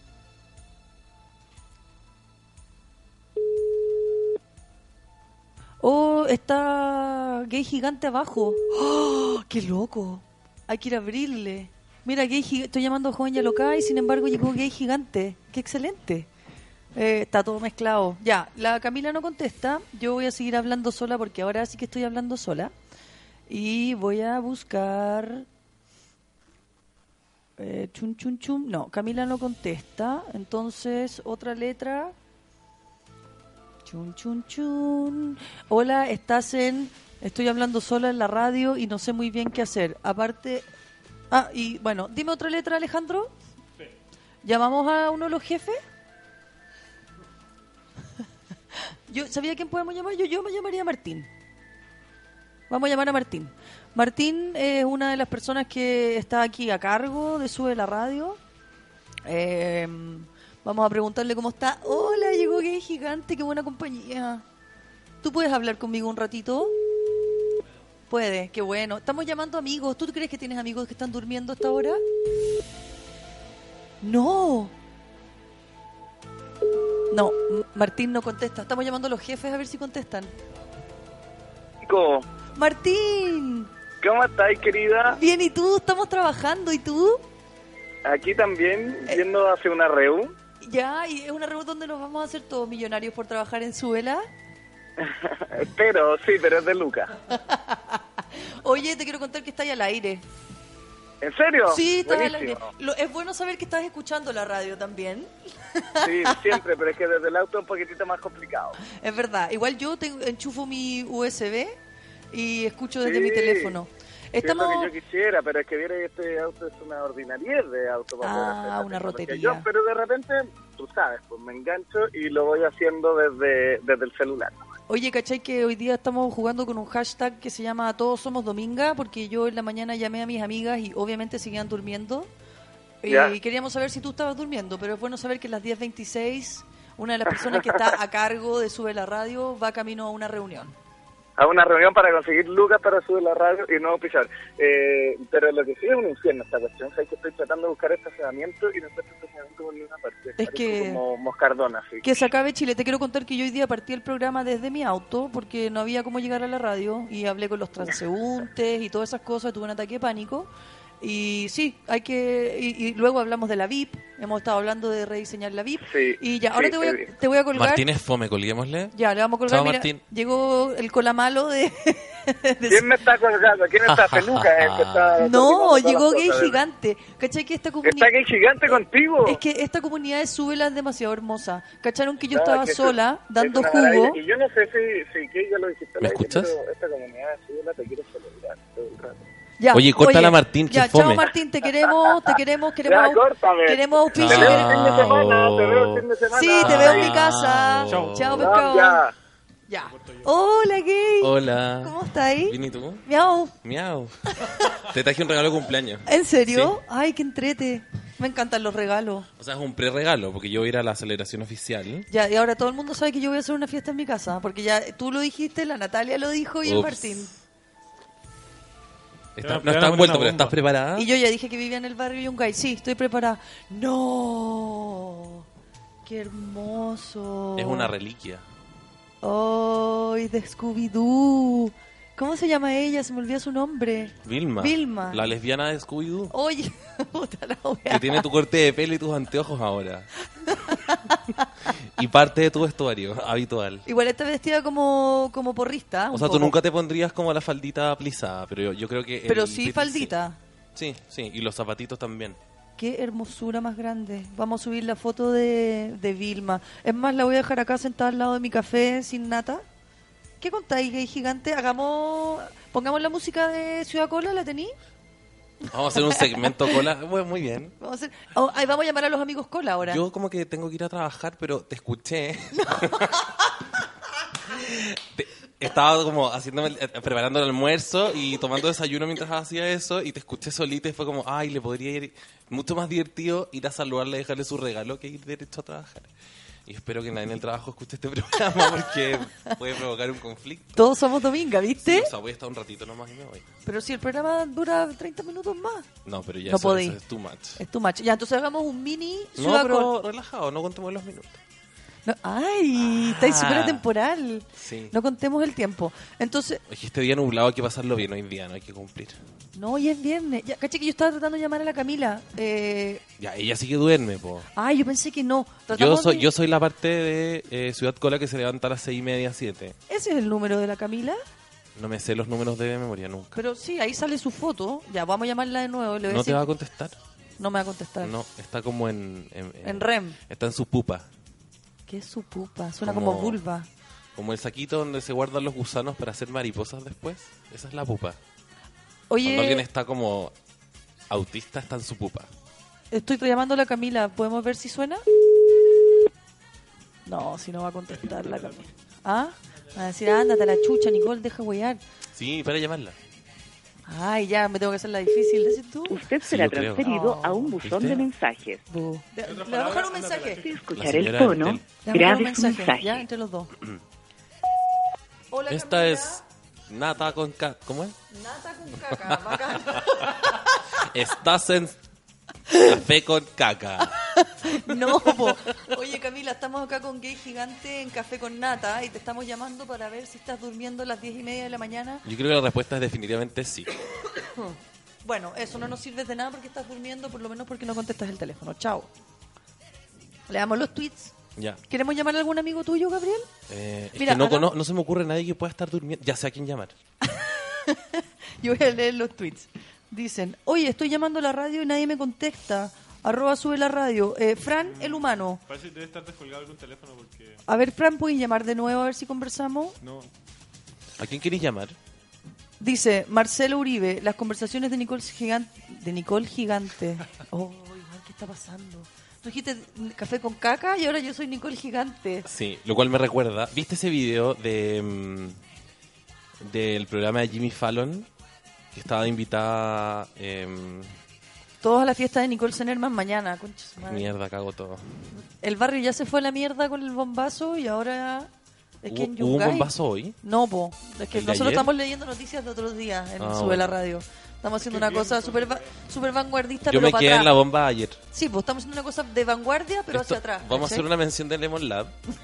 Oh, está Gay Gigante abajo. ¡Oh, qué loco! Hay que ir a abrirle. Mira, estoy llamando a Joven y Alocada y sin embargo llegó Gay Gigante. ¡Qué excelente! Está todo mezclado. Ya, la Camila no contesta. Yo voy a seguir hablando sola porque ahora sí que estoy hablando sola. Y voy a buscar... chun, chun, chun. No, Camila no contesta. Entonces, otra letra... Chun, chun, chun. Hola, estás en... Estoy hablando sola en la radio y no sé muy bien qué hacer. Aparte... Ah, y bueno, dime otra letra, Alejandro. Sí. ¿Llamamos a uno de los jefes? Yo ¿sabía quién podemos llamar? Yo me llamaría Martín. Vamos a llamar a Martín. Martín es una de las personas que está aquí a cargo de Sube la Radio. Vamos a preguntarle cómo está. Hola, llegó Gay Gigante, qué buena compañía. ¿Tú puedes hablar conmigo un ratito? Puede, qué bueno. Estamos llamando amigos. ¿Tú crees que tienes amigos que están durmiendo hasta ahora? No. No, Martín no contesta. Estamos llamando a los jefes a ver si contestan. ¿Cómo? Martín. ¿Cómo estás, querida? Bien, ¿y tú? Estamos trabajando, ¿y tú? Aquí también, yendo hacia una reú. Ya, y es una reunión donde nos vamos a hacer todos millonarios por trabajar en Suela. Pero, sí, pero es de Lucas. Oye, te quiero contar que está ahí al aire. ¿En serio? Sí, está al aire. Buenísimo. Es bueno saber que estás escuchando la radio también. Sí, siempre, pero es que desde el auto es un poquitito más complicado. Es verdad. Igual yo enchufo mi USB y escucho desde mi teléfono. Estamos... Es lo que yo quisiera, pero es que viera este auto es una ordinariedad de auto. Una rotería. Pero de repente, tú sabes, pues me engancho y lo voy haciendo desde el celular. Oye, ¿cachai que hoy día estamos jugando con un hashtag que se llama Todos Somos Dominga? Porque yo en la mañana llamé a mis amigas y obviamente seguían durmiendo. Y queríamos saber si tú estabas durmiendo, pero es bueno saber que a las 10:26 una de las personas que está a cargo de Sube la Radio va camino a una reunión. A una reunión para conseguir lucas para subir la radio y no pisar. Pero lo que sí es un infierno esta cuestión. Es que estoy tratando de buscar estacionamiento y no encuentro estacionamiento por ninguna parte. Es que... como Moscardona, sí. Que se acabe Chile. Te quiero contar que yo hoy día partí el programa desde mi auto porque no había cómo llegar a la radio y hablé con los transeúntes y todas esas cosas. Tuve un ataque de pánico. Y sí, hay que... Y luego hablamos de la VIP. Hemos estado hablando de rediseñar la VIP. Sí, y ya, ahora te voy a colgar. Martín es fome, colguémosle. Ya, le vamos a colgar. Chao, mira, Martín. Llegó el colamalo de... ¿Quién me está colgando? ¿Quién está Peluca? El que está no, llegó Gay Gigante. ¿Cachai que esta comunidad... ¿Está Gay Gigante contigo? Es que esta comunidad de Súbela es demasiado hermosa. ¿Cacharon que yo estaba sola, dando jugo? Maravilla. Y yo no sé si que ya lo dijiste. ¿Me escuchas? Pero esta comunidad de Súbela te quiero celebrar todo el rato. Ya, oye, córtala a Martín, que ya, fome. chao Martín, te queremos ya, córtame. Queremos auspicio. Te veo el fin de semana, te veo el fin de semana. Sí, te veo en mi casa. Chao, pescado. Ya. Hola, Gay. Hola. ¿Cómo estás ahí? ¿Bien y tú? Miau. Miau. Te traje un regalo de cumpleaños. ¿En serio? Sí. Ay, qué entrete. Me encantan los regalos. O sea, es un pre-regalo, porque yo voy a ir a la celebración oficial. Ya, y ahora todo el mundo sabe que yo voy a hacer una fiesta en mi casa, porque ya tú lo dijiste, la Natalia lo dijo y el Martín. No estás envuelto, pero ¿estás preparada? Y yo ya dije que vivía en el barrio Yungay. Sí, estoy preparada. ¡No! ¡Qué hermoso! Es una reliquia. ¡Ay, de Scooby-Doo! ¿Cómo se llama ella? Se me olvidó su nombre. Vilma. Vilma. La lesbiana de Scooby-Doo. Oye, puta la wea. Que tiene tu corte de pelo y tus anteojos ahora. Y parte de tu vestuario habitual. Igual está vestida como porrista. O sea, tú nunca te pondrías como la faldita plisada, pero yo creo que... Pero sí faldita. Sí, y los zapatitos también. Qué hermosura más grande. Vamos a subir la foto de Vilma. Es más, la voy a dejar acá sentada al lado de mi café sin nata. ¿Qué contáis, gay gigante? Pongamos la música de Ciudad Cola, ¿la tení? Vamos a hacer un segmento cola. Bueno, muy bien. Vamos a llamar a los amigos Cola ahora. Yo como que tengo que ir a trabajar, pero te escuché. Estaba como preparando el almuerzo y tomando desayuno mientras hacía eso y te escuché solita y fue como, ay, le podría ir mucho más divertido ir a saludarle y dejarle su regalo que ir derecho a trabajar. Y espero que nadie en el trabajo escuche este programa porque puede provocar un conflicto. Todos somos Dominga, ¿viste? Sí, o sea, voy a estar un ratito nomás y me voy. Pero si el programa dura 30 minutos más. No, pero ya no eso es too much. Es too much. Ya, entonces hagamos un mini No, pero relajado, no contemos los minutos. No, ay, estáis súper atemporal. Sí. No contemos el tiempo. Entonces... Oye, este día nublado hay que pasarlo bien hoy día, no hay que cumplir. No, hoy es viernes. Ya, caché que yo estaba tratando de llamar a la Camila. Ya, ella sí que duerme, po. Ay, yo pensé que no. Yo soy la parte de Ciudad Cola que se levanta a las 6:30, 7. ¿Ese es el número de la Camila? No me sé los números de memoria nunca. Pero sí, ahí sale su foto. Ya, vamos a llamarla de nuevo. Le voy a ¿No decir... te va a contestar? No me va a contestar. No, está como en REM. Está en su pupa. ¿Qué es su pupa? Suena como vulva. Como el saquito donde se guardan los gusanos para hacer mariposas después. Esa es la pupa. Oye, cuando alguien está como autista, está en su pupa. Estoy llamando a la Camila. ¿Podemos ver si suena? No, si no va a contestar la Camila. ¿Ah? Va a decir, ándate a la chucha, Nicole, deja huear. Sí, para llamarla. Ay, ya, me tengo que hacer la difícil, ¿decís tú? Usted será transferido a un buzón de mensajes. Le voy a dejar un mensaje. Si escuchar el tono, grabe su mensaje. Ya, entre los dos. Hola, esta Camila. es nata con caca. ¿Cómo es? Nata con caca, bacán. Estás en café con caca. No, po. Oye, Camila, estamos acá con Gay Gigante en Café con Nata y te estamos llamando para ver si estás durmiendo a las 10:30 de la mañana. Yo creo que la respuesta es definitivamente sí. Bueno, eso no nos sirve de nada porque estás durmiendo, por lo menos porque no contestas el teléfono. Chao. Le damos los tweets. Ya. ¿Queremos llamar a algún amigo tuyo, Gabriel? Mira, es que no se me ocurre nadie que pueda estar durmiendo. Ya sé a quién llamar. Yo voy a leer los tweets. Dicen, oye, estoy llamando a la radio y nadie me contesta. @ sube la radio. Fran, el humano. Parece que debe estar descolgado algún teléfono porque... A ver, Fran, ¿puedes llamar de nuevo a ver si conversamos? No. ¿A quién querés llamar? Dice, Marcelo Uribe, las conversaciones de Nicole Gigante. Oh, igual, ¿qué está pasando? Tú dijiste café con caca y ahora yo soy Nicole Gigante. Sí, lo cual me recuerda... ¿Viste ese video del programa de Jimmy Fallon? Que estaba invitada... Todos a la fiesta de Nicole Zenerman mañana. Concha su madre. Mierda, cago todo. El barrio ya se fue a la mierda con el bombazo y ahora... Es que en ¿Hubo un Yungay... bombazo hoy? No, po. Es que ¿El de nosotros ayer? estamos leyendo noticias de otros días en Sube bueno. la Radio. Estamos haciendo una cosa súper vanguardista, Yo pero me para quedé atrás. en la bomba ayer. Sí, pues estamos haciendo una cosa de vanguardia, pero Esto- hacia atrás. Vamos a ¿cachai? hacer una mención de Lemon Lab.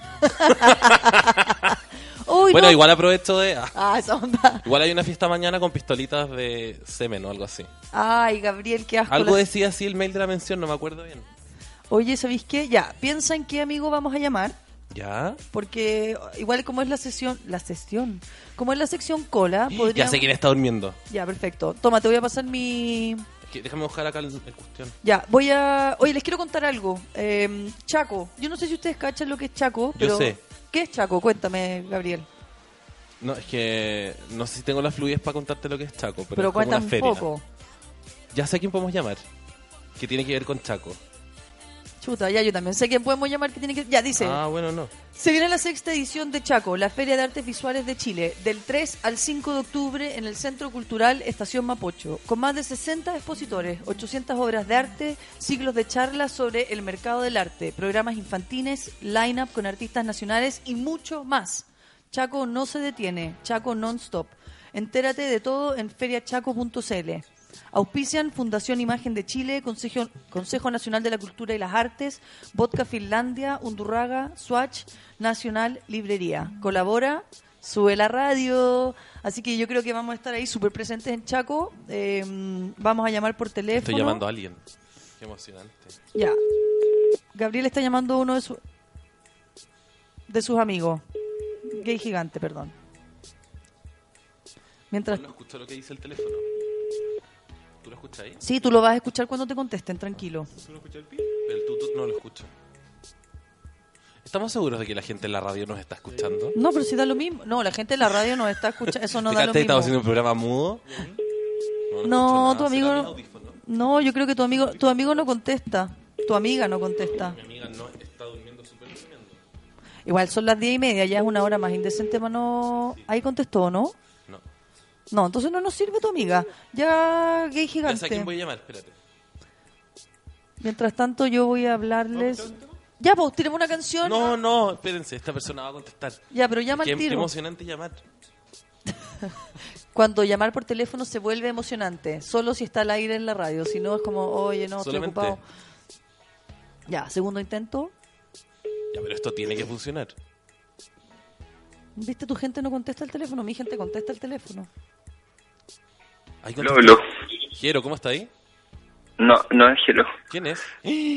Uy, Bueno, no. igual aprovecho de... Ah, esa onda. Igual hay una fiesta mañana con pistolitas de semen o algo así. Ay, Gabriel, qué asco. Algo la- decía así el mail de la mención, no me acuerdo bien. Oye, ¿sabéis qué? Ya, piensa en qué amigo vamos a llamar. ¿Ya? Porque igual como es como es la sección cola, Ya podríamos... sé quién está durmiendo. Ya, perfecto. Toma, te voy a pasar mi... Déjame buscar acá el cuestión. Ya, Oye, les quiero contar algo. Chaco. Yo no sé si ustedes cachan lo que es Chaco, Yo pero... sé. ¿Qué es Chaco? Cuéntame, Gabriel. No, es que no sé si tengo la fluidez para contarte lo que es Chaco, pero, Pero es como una cuéntame un feria. poco. Ya sé a quién podemos llamar, que tiene que ver con Chaco. Chuta, ya yo también sé quién podemos llamar que tiene que... Ya, dice... Ah, bueno, no. Se viene la 6ª edición de Chaco, la Feria de Artes Visuales de Chile, del 3 al 5 de octubre en el Centro Cultural Estación Mapocho, con más de 60 expositores, 800 obras de arte, ciclos de charlas sobre el mercado del arte, programas infantiles, line-up con artistas nacionales y mucho más. Chaco no se detiene, Chaco non-stop. Entérate de todo en feriachaco.cl. Auspician Fundación Imagen de Chile, Consejo Nacional de la Cultura y las Artes, Vodka Finlandia, Undurraga, Swatch, Nacional Librería. Colabora Sube la radio. Así que yo creo que vamos a estar ahí súper presentes en Chaco. Vamos a llamar por teléfono. Estoy llamando a alguien. Qué emocionante. Ya. Gabriel está llamando a uno de sus amigos. Gay Gigante, perdón. Mientras... No escucho lo que dice el teléfono. ¿Tú lo escuchas ahí? Sí, tú lo vas a escuchar cuando te contesten, tranquilo. ¿Tú lo escuchas el pi? El tutut no lo escucho. ¿Estamos seguros de que la gente en la radio nos está escuchando? No, pero si da lo mismo. No, la gente en la radio nos está escuchando. Eso no da lo Fíjate, mismo. estamos haciendo un programa mudo. No, escucho tu nada, amigo... No, yo creo que tu amigo no contesta. Tu amiga no contesta. Mi amiga no está durmiendo súper durmiendo. Igual son las 10:30, ya es una hora más indecente para no... Ahí contestó, ¿no? No. No, entonces no nos sirve tu amiga. Ya, Gay Gigante. Ya sé a quién voy a llamar, espérate. Mientras tanto yo voy a hablarles... Ya, pues, tenemos una canción. No, espérense, esta persona va a contestar. Ya, pero llama al Qué tiro. emocionante llamar. Cuando llamar por teléfono se vuelve emocionante, solo si está al aire en la radio, si no es como, oye, no, Solamente. estoy ocupado. Ya, segundo intento. Ya, pero esto tiene que funcionar. ¿Viste? Tu gente no contesta el teléfono, mi gente contesta el teléfono. Ahí Lolo. Jero, ¿cómo está ahí? No es Jero. ¿Quién es?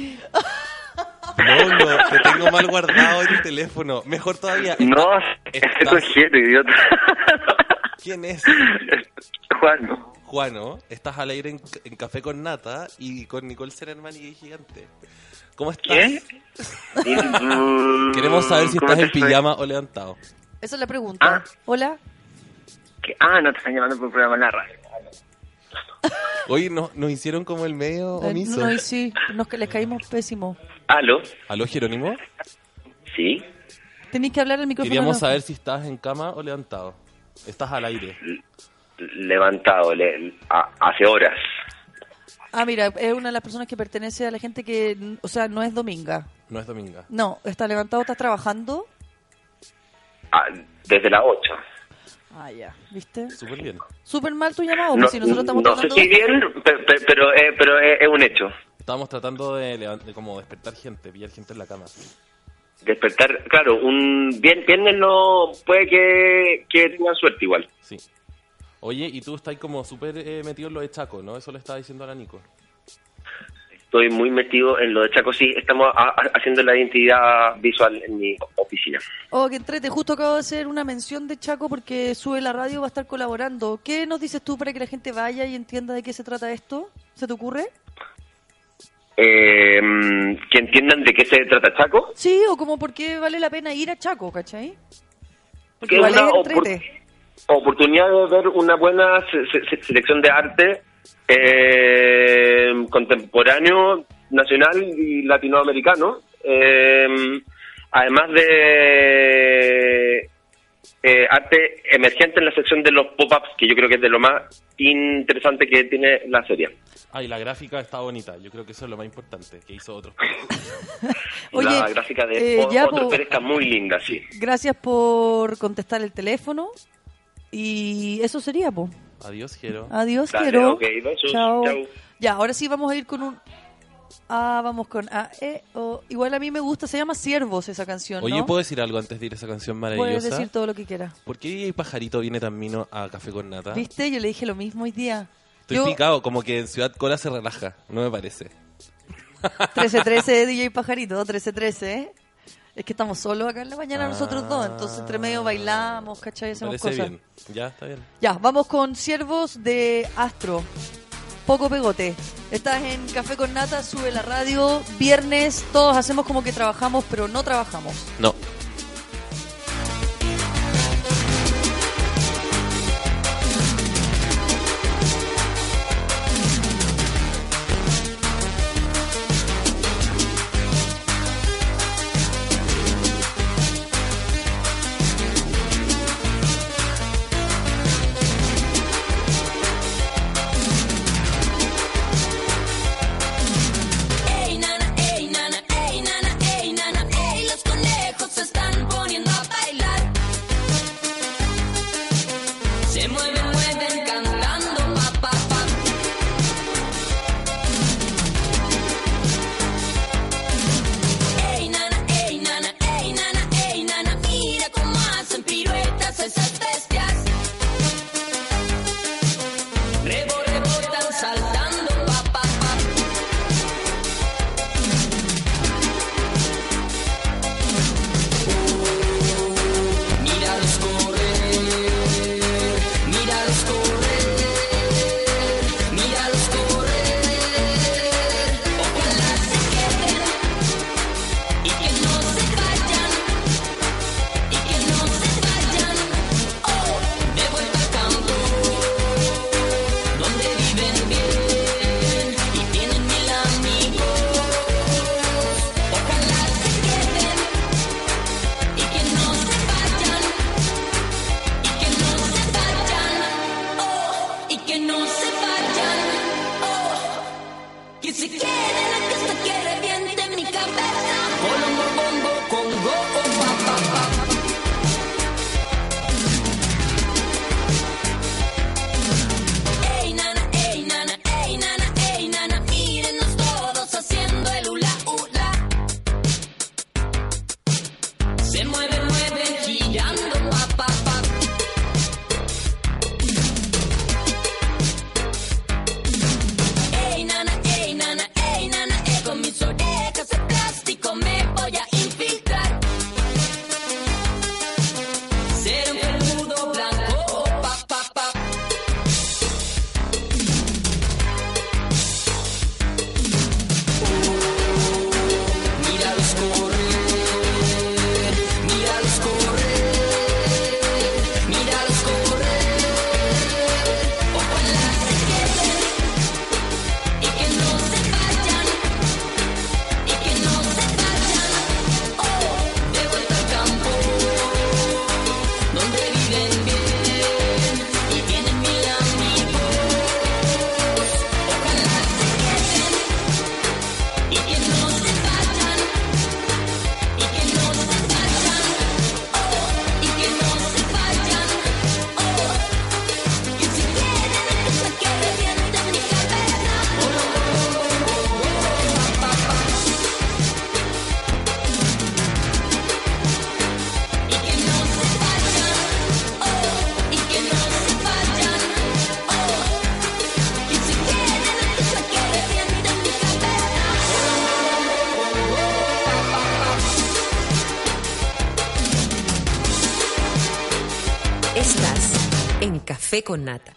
Lolo, te tengo mal guardado en el teléfono. Mejor todavía. No, esto es Jero, idiota. ¿Quién es? Juano, estás al aire en Café con Nata y con Nicole Sererman y Gay Gigante. ¿Cómo estás? ¿Qué? Queremos saber si ¿Cómo estás en te fue? pijama o levantado. Esa es la pregunta. Hola. No te están llamando por programa en la radio. Hoy nos hicieron como el medio omiso. No, y sí, les caímos pésimo. ¿Aló? ¿Aló, Jerónimo? Sí. Tenéis que hablar al micrófono. Queríamos no. saber si estás en cama o levantado. Estás al aire. Levantado, hace horas. Mira, es una de las personas que pertenece a la gente que, o sea, no es dominga. No es dominga. No, está levantado, estás trabajando. Desde las 8. Ya, ¿viste? Súper bien. Súper mal tu llamado, pues si nosotros estamos no sé si bien, pero es un hecho. Estábamos tratando de como despertar gente, pillar gente en la cama. Despertar, claro, un viernes no puede que tengan suerte igual. Sí. Oye, y tú estás como súper metido en lo de Chaco, ¿no? Eso le estaba diciendo a la Nico. Estoy muy metido en lo de Chaco, sí. Estamos haciendo la identidad visual en mi oficina. Oh, que entrete. Justo acabo de hacer una mención de Chaco porque Sube la Radio va a estar colaborando. ¿Qué nos dices tú para que la gente vaya y entienda de qué se trata esto? ¿Se te ocurre? Que entiendan de qué se trata Chaco. Sí, o como por qué vale la pena ir a Chaco, ¿cachai? Porque Que es vale una entrete. oportunidad de ver una buena selección de arte contemporáneo, nacional y latinoamericano, además de arte emergente en la sección de los pop-ups, que yo creo que es de lo más interesante que tiene la serie. Y la gráfica está bonita, yo creo que eso es lo más importante, que hizo otros. Oye, la gráfica de otro Pérez está muy linda, sí. Gracias por contestar el teléfono y eso sería, po. Adiós, Jero. Adiós, Dale, Jero. ok, besos, Chao. chau. Ya, ahora sí vamos a ir con un... vamos con igual a mí me gusta, se llama Siervos esa canción, Oye, ¿no? ¿puedo decir algo antes de ir a esa canción maravillosa? Puedes decir todo lo que quieras. ¿Por qué DJ Pajarito viene tan mino a Café con Nata? ¿Viste? Yo le dije lo mismo hoy día. Estoy picado, como que en Ciudad Cola se relaja, no me parece. 13-13 DJ Pajarito, 13-13, ¿eh? Es que estamos solos acá en la mañana nosotros dos, entonces entre medio bailamos, ¿cachai? Hacemos Parece cosas. bien, ya, está bien. Ya, vamos con Siervos de Astro. Poco pegote. Estás en Café con Nata, Sube la Radio. Viernes, todos hacemos como que trabajamos, pero no trabajamos. No. Ey, nana, ey, nana, ey, nana, ey, nana, ey, los conejos se que no se vayan. Oh, que se queden hasta que reviente mi cabeza. Colombo, bombo, congo, oh, pa, pa, pa. Ey, nana, ey, nana, ey, nana, ey, nana, mírenos todos haciendo el hula, hula. Se mueve, mueve, girando, pa, pa, pa. Ey, nana, ey, nana, ey, nana, con mis orejas de plástico me voy a infiltrar. Ser un peludo blanco, pa, pa, pa. Míralos correr, míralos correr, míralos correr. Ojalá se queden y que no se vayan, y que no se vayan. Oh, de vuelta al campo, donde viven bien y tienen mil amigos. Ojalá se queden y que no se vayan, y que no se vayan. Oh, y que no se vayan. Oh, que se queden hasta que revienten mi cabeza. Oh, pa, pa, pa. Y que no se vayan. Oh, y que no se vayan. Oh, que se queden hasta que revienten mi cabeza. Estás en Café con Nata.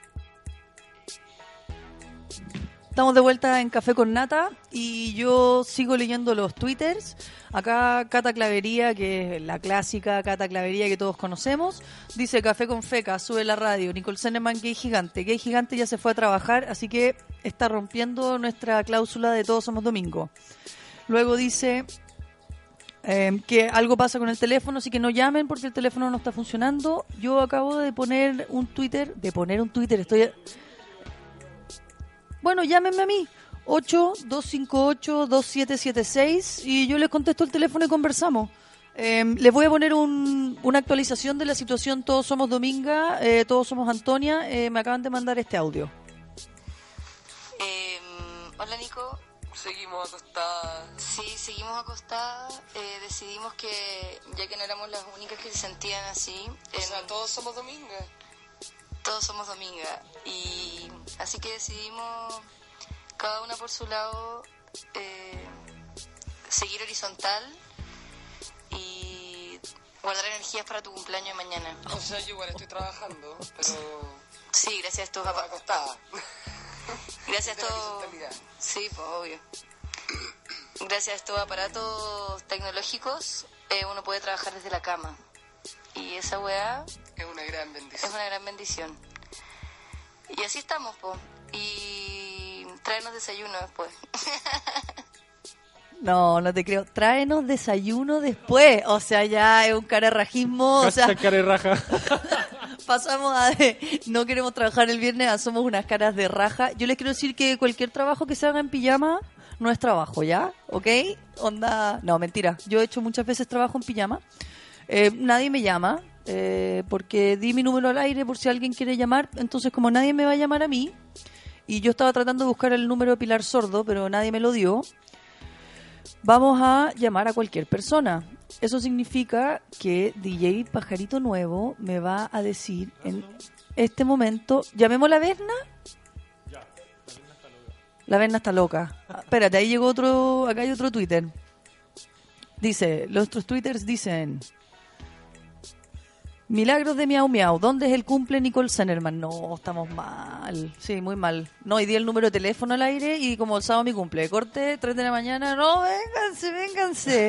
Estamos de vuelta en Café con Nata y yo sigo leyendo los twitters. Acá Cata Clavería, que es la clásica Cata Clavería que todos conocemos, dice: Café con Feca, sube la radio. Nicole Seneman, Gay Gigante. Gay Gigante ya se fue a trabajar, así que está rompiendo nuestra cláusula de Todos Somos Domingo. Luego dice que algo pasa con el teléfono, así que no llamen porque el teléfono no está funcionando. Yo acabo de poner un Twitter, estoy... Bueno, llámenme a mí, 8-258-2776, y yo les contesto el teléfono y conversamos. Les voy a poner una actualización de la situación Todos Somos Dominga, Todos Somos Antonia. Me acaban de mandar este audio. Hola, Nico. Seguimos acostadas. Sí, seguimos acostadas. Decidimos que, ya que no éramos las únicas que se sentían así... O sea, todos somos Dominga. Todos somos Dominga. Y así que decidimos, cada una por su lado, seguir horizontal y guardar energías para tu cumpleaños de mañana. O sea, yo igual estoy trabajando, pero... Sí, gracias a estos... acostada. Gracias a estos... Sí, pues obvio. Gracias a estos aparatos tecnológicos, uno puede trabajar desde la cama. Y esa weá... Es una gran bendición. Es una gran bendición. Y así estamos, po. Y tráenos desayuno después. No, no te creo. Tráenos desayuno después. O sea, ya es un carerrajismo. O sea, carerraja. Pasamos a de no queremos trabajar el viernes a somos unas caras de raja. Yo les quiero decir que cualquier trabajo que se haga en pijama no es trabajo, ¿ya? ¿Ok? Onda... No, mentira. Yo he hecho muchas veces trabajo en pijama. Nadie me llama porque di mi número al aire por si alguien quiere llamar. Entonces, como nadie me va a llamar a mí, y yo estaba tratando de buscar el número de Pilar Sordo, pero nadie me lo dio, vamos a llamar a cualquier persona. Eso significa que DJ Pajarito Nuevo me va a decir en este momento... ¿Llamemos a la Berna? La Berna está loca. Espérate, ahí llegó otro... Acá hay otro Twitter. Dice, los otros Twitters dicen... Milagros de Miau Miau, ¿dónde es el cumple Nicole Senerman? No, estamos mal, sí, muy mal. No, y di el número de teléfono al aire y como el sábado mi cumple, corte, 3 de la mañana, no, vénganse.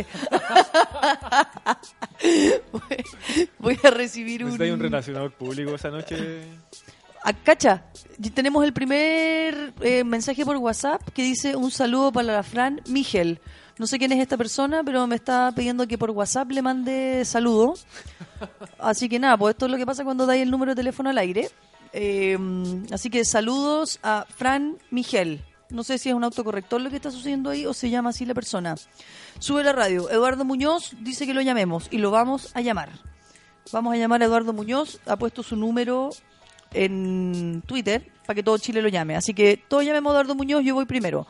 Voy a recibir un... ¿Hay un relacionador público esa noche? Cacha, tenemos el primer mensaje por WhatsApp que dice un saludo para la Fran Miguel. No sé quién es esta persona, pero me está pidiendo que por WhatsApp le mande saludo. Así que nada, pues esto es lo que pasa cuando dais el número de teléfono al aire. Así que saludos a Fran Miguel. No sé si es un autocorrector lo que está sucediendo ahí o se llama así la persona. Sube la radio. Eduardo Muñoz dice que lo llamemos y lo vamos a llamar. Vamos a llamar a Eduardo Muñoz. Ha puesto su número en Twitter para que todo Chile lo llame. Así que todos llamemos a Eduardo Muñoz. Yo voy primero.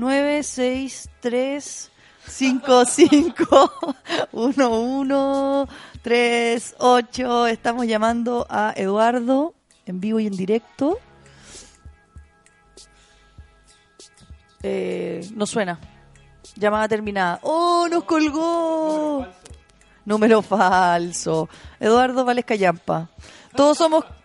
963551138. Estamos llamando a Eduardo en vivo y en directo. No suena. Llamada terminada. ¡Oh, nos colgó! Número falso. Eduardo Vales Callampa. Todos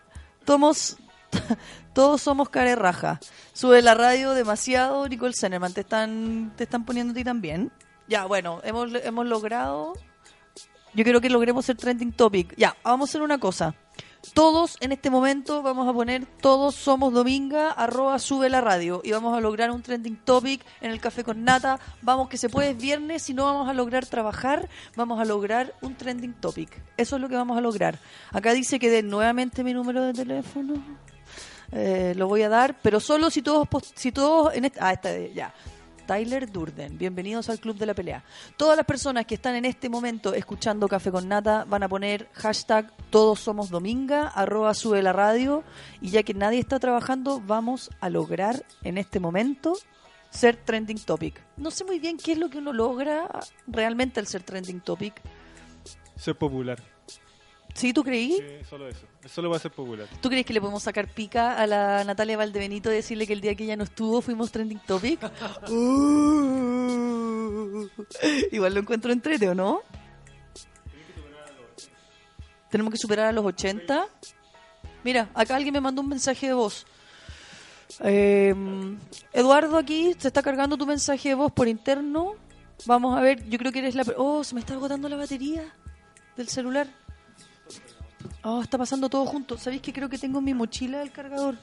somos care raja. Sube la radio demasiado, Nicole Zenerman. Te están poniendo a ti también. Ya, bueno, hemos logrado. Yo creo que logremos ser trending topic. Ya, vamos a hacer una cosa. Todos en este momento vamos a poner todos somos Dominga @sube la radio y vamos a lograr un trending topic en el Café con Nata. Vamos, que se puede, es viernes. Si no vamos a lograr trabajar, vamos a lograr un trending topic. Eso es lo que vamos a lograr. Acá dice que den nuevamente mi número de teléfono. Lo voy a dar, pero solo si todos en ya. Tyler Durden, bienvenidos al Club de la Pelea. Todas las personas que están en este momento escuchando Café con Nata van a poner hashtag Todos Somos Dominga, @sube la radio, y ya que nadie está trabajando, vamos a lograr en este momento ser trending topic. No sé muy bien qué es lo que uno logra realmente al ser trending topic. Ser popular. ¿Sí, tú creí? Sí, solo eso. Solo va a ser popular. ¿Tú crees que le podemos sacar pica a la Natalia Valdebenito y decirle que el día que ella no estuvo fuimos trending topic? Igual lo encuentro entrete, ¿o no? Tenemos que superar a los 80. Mira, acá alguien me mandó un mensaje de voz. Eduardo, aquí se está cargando tu mensaje de voz por interno. Vamos a ver, yo creo que eres la... Oh, se me está agotando la batería del celular. Oh, está pasando todo junto. ¿Sabéis que creo que tengo en mi mochila el cargador?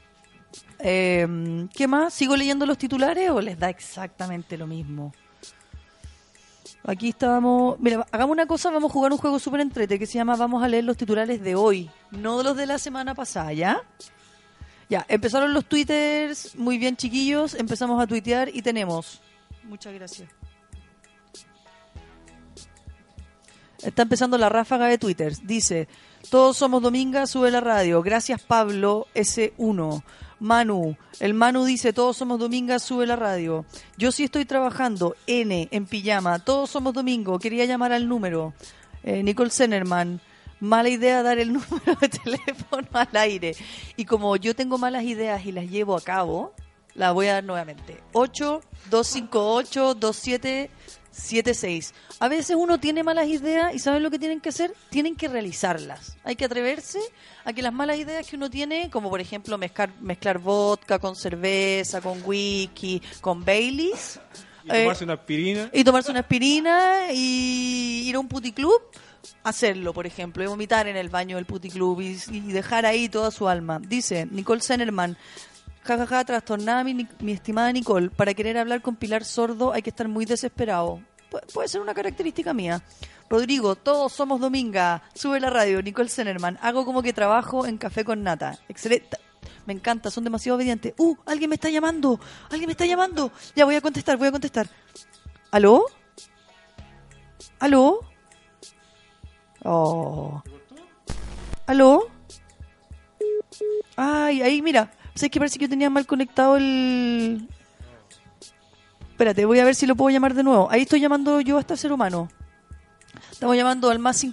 ¿Qué más? ¿Sigo leyendo los titulares o les da exactamente lo mismo? Aquí estábamos... Mira, hagamos una cosa, vamos a jugar un juego súper entrete que se llama Vamos a leer los titulares de hoy, no los de la semana pasada, ¿ya? Ya, empezaron los twitters, muy bien chiquillos, empezamos a tuitear y tenemos... Muchas gracias. Está empezando la ráfaga de twitters. Dice, todos somos Dominga, sube la radio. Gracias Pablo S1. Manu, el Manu dice, todos somos Dominga, sube la radio. Yo sí estoy trabajando. N, en pijama. Todos somos Domingo. Quería llamar al número. Nicole Zenerman, mala idea dar el número de teléfono al aire. Y como yo tengo malas ideas y las llevo a cabo, la voy a dar nuevamente. 8-258-2776. A veces uno tiene malas ideas y ¿saben lo que tienen que hacer? Tienen que realizarlas. Hay que atreverse a que las malas ideas que uno tiene, como por ejemplo mezclar vodka con cerveza, con whisky, con Baileys. Y tomarse una aspirina. Y tomarse una aspirina y ir a un puticlub. Hacerlo, por ejemplo, y vomitar en el baño del puticlub y dejar ahí toda su alma. Dice Nicole Zenerman, jajaja, trastornada mi estimada Nicole. Para querer hablar con Pilar Sordo hay que estar muy desesperado. Puede ser una característica mía. Rodrigo, todos somos Dominga. Sube la radio. Nicole Zenerman, hago como que trabajo en Café con Nata. Excelente. Me encanta, son demasiado obedientes. Alguien me está llamando. Ya, voy a contestar. ¿Aló? Oh. ¿Aló? Ay, ahí, mira. Sé que parece que yo tenía mal conectado el... Espérate, voy a ver si lo puedo llamar de nuevo. Ahí estoy llamando yo hasta ser humano. Estamos llamando al más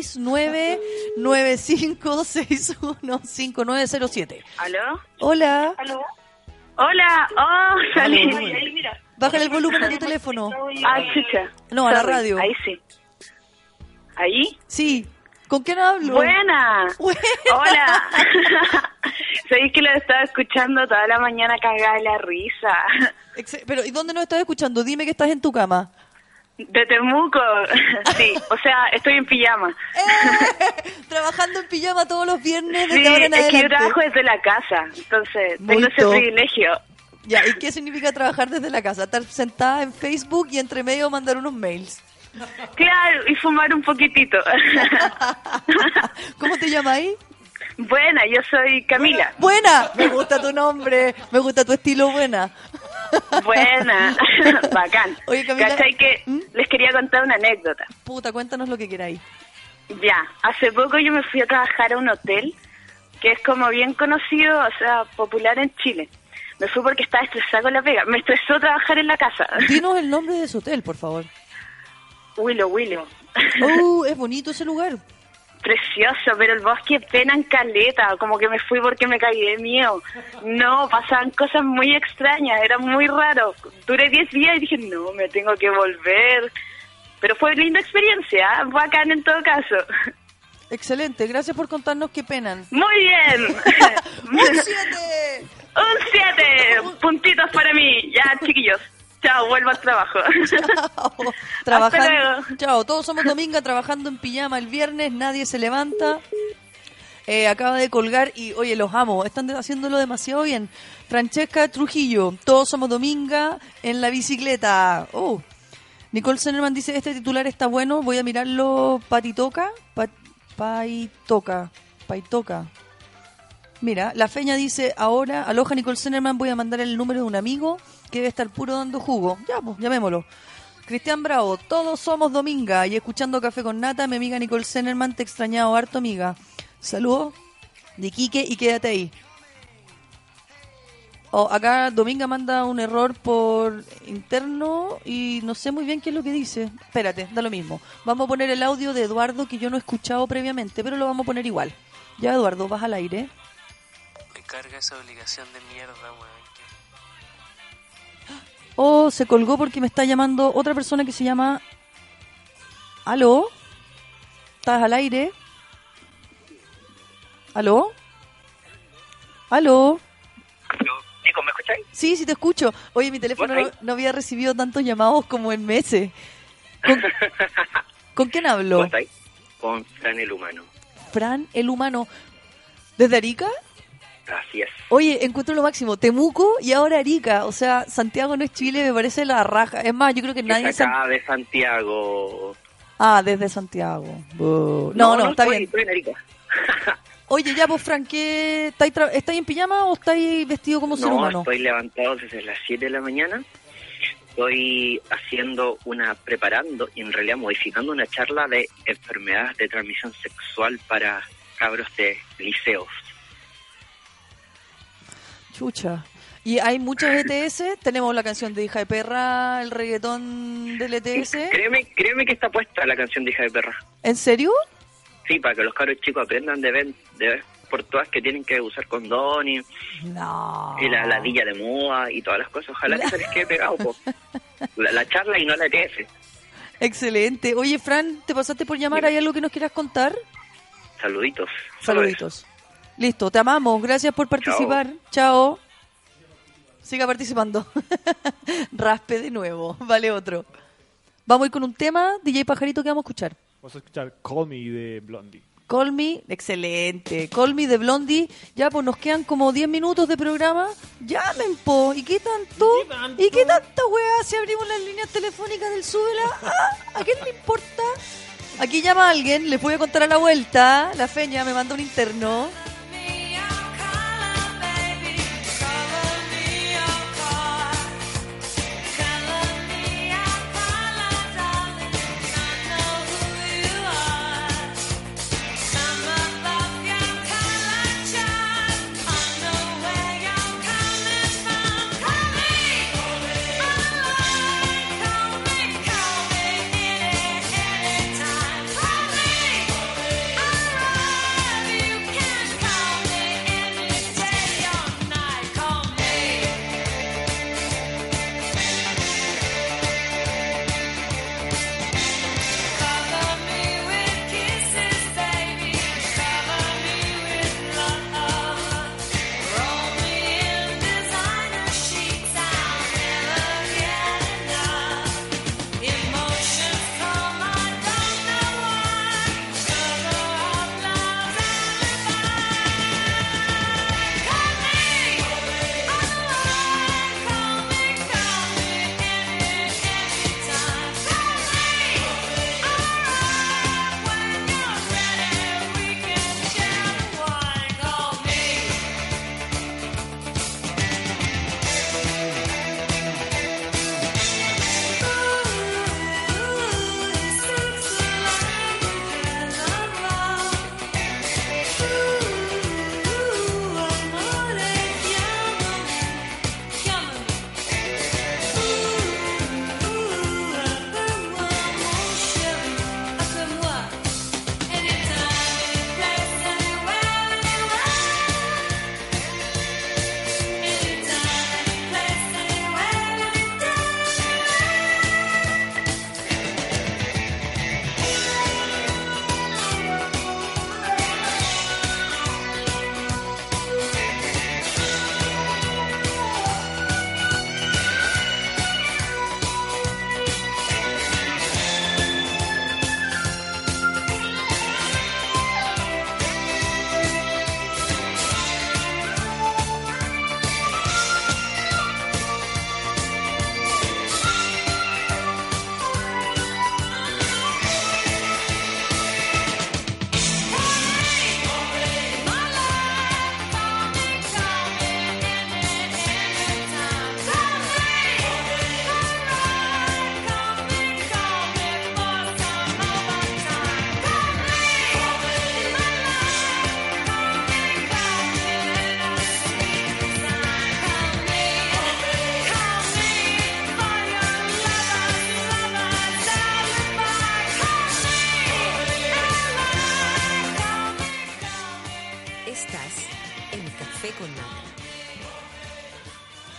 569-9561-5907. ¿Aló? Hola. ¿Aló? Hola. Oh, salí. Bájale el volumen a tu teléfono. Ah, chucha. No, a la radio. Ahí sí. ¿Ahí? Sí. ¿Con quién hablo? Buena. Hola. Sabéis que lo estaba escuchando toda la mañana cagada de la risa. Pero, ¿y dónde nos estás escuchando? Dime que estás en tu cama. De Temuco. Sí, o sea, estoy en pijama. Trabajando en pijama todos los viernes desde ahora en adelante. Que yo trabajo desde la casa, entonces tengo ese privilegio. Ya, ¿y qué significa trabajar desde la casa? Estar sentada en Facebook y entre medio mandar unos mails. Claro, y fumar un poquitito. ¿Cómo te llamas ahí? Buena, yo soy Camila. Buena, me gusta tu nombre, me gusta tu estilo, buena. Buena, bacán. Oye, Camila, ¿cachai que les quería contar una anécdota? Puta, cuéntanos lo que queráis. Ya, hace poco yo me fui a trabajar a un hotel que es como bien conocido, o sea, popular en Chile. Me fui porque estaba estresada con la pega. Me estresó trabajar en la casa. Dinos el nombre de su hotel, por favor. Willow. Es bonito ese lugar. Precioso, pero el bosque pena en caleta, como que me fui porque me caí de miedo. No, pasaban cosas muy extrañas, era muy raro. Duré 10 días y dije, no, me tengo que volver. Pero fue linda experiencia, bacán en todo caso. Excelente, gracias por contarnos qué penan. Muy bien. ¡Un 7! ¡Un 7! Puntitos para mí. Ya, chiquillos. Chao, vuelvo al trabajo. Trabajando. Chao, todos somos Dominga trabajando en pijama el viernes, nadie se levanta. Acaba de colgar y, oye, los amo, están haciéndolo demasiado bien. Francesca Trujillo, todos somos Dominga en la bicicleta. Nicole Zenerman dice, este titular está bueno, voy a mirarlo. Paitoca. Mira, la Feña dice, ahora, aloha Nicole Zenerman, voy a mandar el número de un amigo que debe estar puro dando jugo. Ya, pues, llamémoslo. Cristian Bravo, todos somos Dominga y escuchando Café con Nata, mi amiga Nicole Zenerman, te he extrañado harto, amiga. Saludos de Quique y quédate ahí. Acá Dominga manda un error por interno y no sé muy bien qué es lo que dice. Espérate, da lo mismo. Vamos a poner el audio de Eduardo que yo no he escuchado previamente, pero lo vamos a poner igual. Ya, Eduardo, vas al aire. Me carga esa obligación de mierda, weón. Se colgó porque me está llamando otra persona que se llama... ¿Aló? ¿Estás al aire? ¿Aló? Nico, ¿me escucháis? Sí, te escucho. Oye, mi teléfono no había recibido tantos llamados como en meses. ¿Con quién hablo? ¿Cómo estáis? Con Fran el Humano. Fran el Humano. ¿Desde Arica? Así es. Oye, encuentro lo máximo. Temuco y ahora Arica. O sea, Santiago no es Chile, me parece la raja. Es más, yo creo que nadie... Es acá de Santiago. Desde Santiago. No, está bien. Estoy en Arica. Oye, ya, pues, Fran, ¿estáis en pijama o estáis vestido como ser humano? No, estoy levantado desde las 7 de la mañana. Estoy preparando y en realidad modificando una charla de enfermedades de transmisión sexual para cabros de liceos. Chucha. ¿Y hay muchas ETS? Tenemos la canción de Hija de Perra, el reggaetón del ETS. Créeme que está puesta la canción de Hija de Perra. ¿En serio? Sí, para que los cabros chicos aprendan de ver por todas que tienen que usar condón y la ladilla de moda y todas las cosas. Ojalá que se les quede pegado, po. La charla y no la ETS. Excelente. Oye, Fran, ¿te pasaste por llamar? ¿Hay algo que nos quieras contar? Saluditos. Listo, te amamos. Gracias por participar. Chao. Siga participando. Raspe de nuevo. Vale, otro. Vamos a ir con un tema. DJ Pajarito, ¿qué vamos a escuchar? Vamos a escuchar Call Me de Blondie. Call Me, excelente. Call Me de Blondie. Ya, pues nos quedan como 10 minutos de programa. Llamen, po. ¿Y qué tanto? ¿Y qué tanta weá si abrimos las líneas telefónicas del Súbela? ¿A quién le importa? Aquí llama alguien, les voy a contar a la vuelta. La Feña me manda un interno.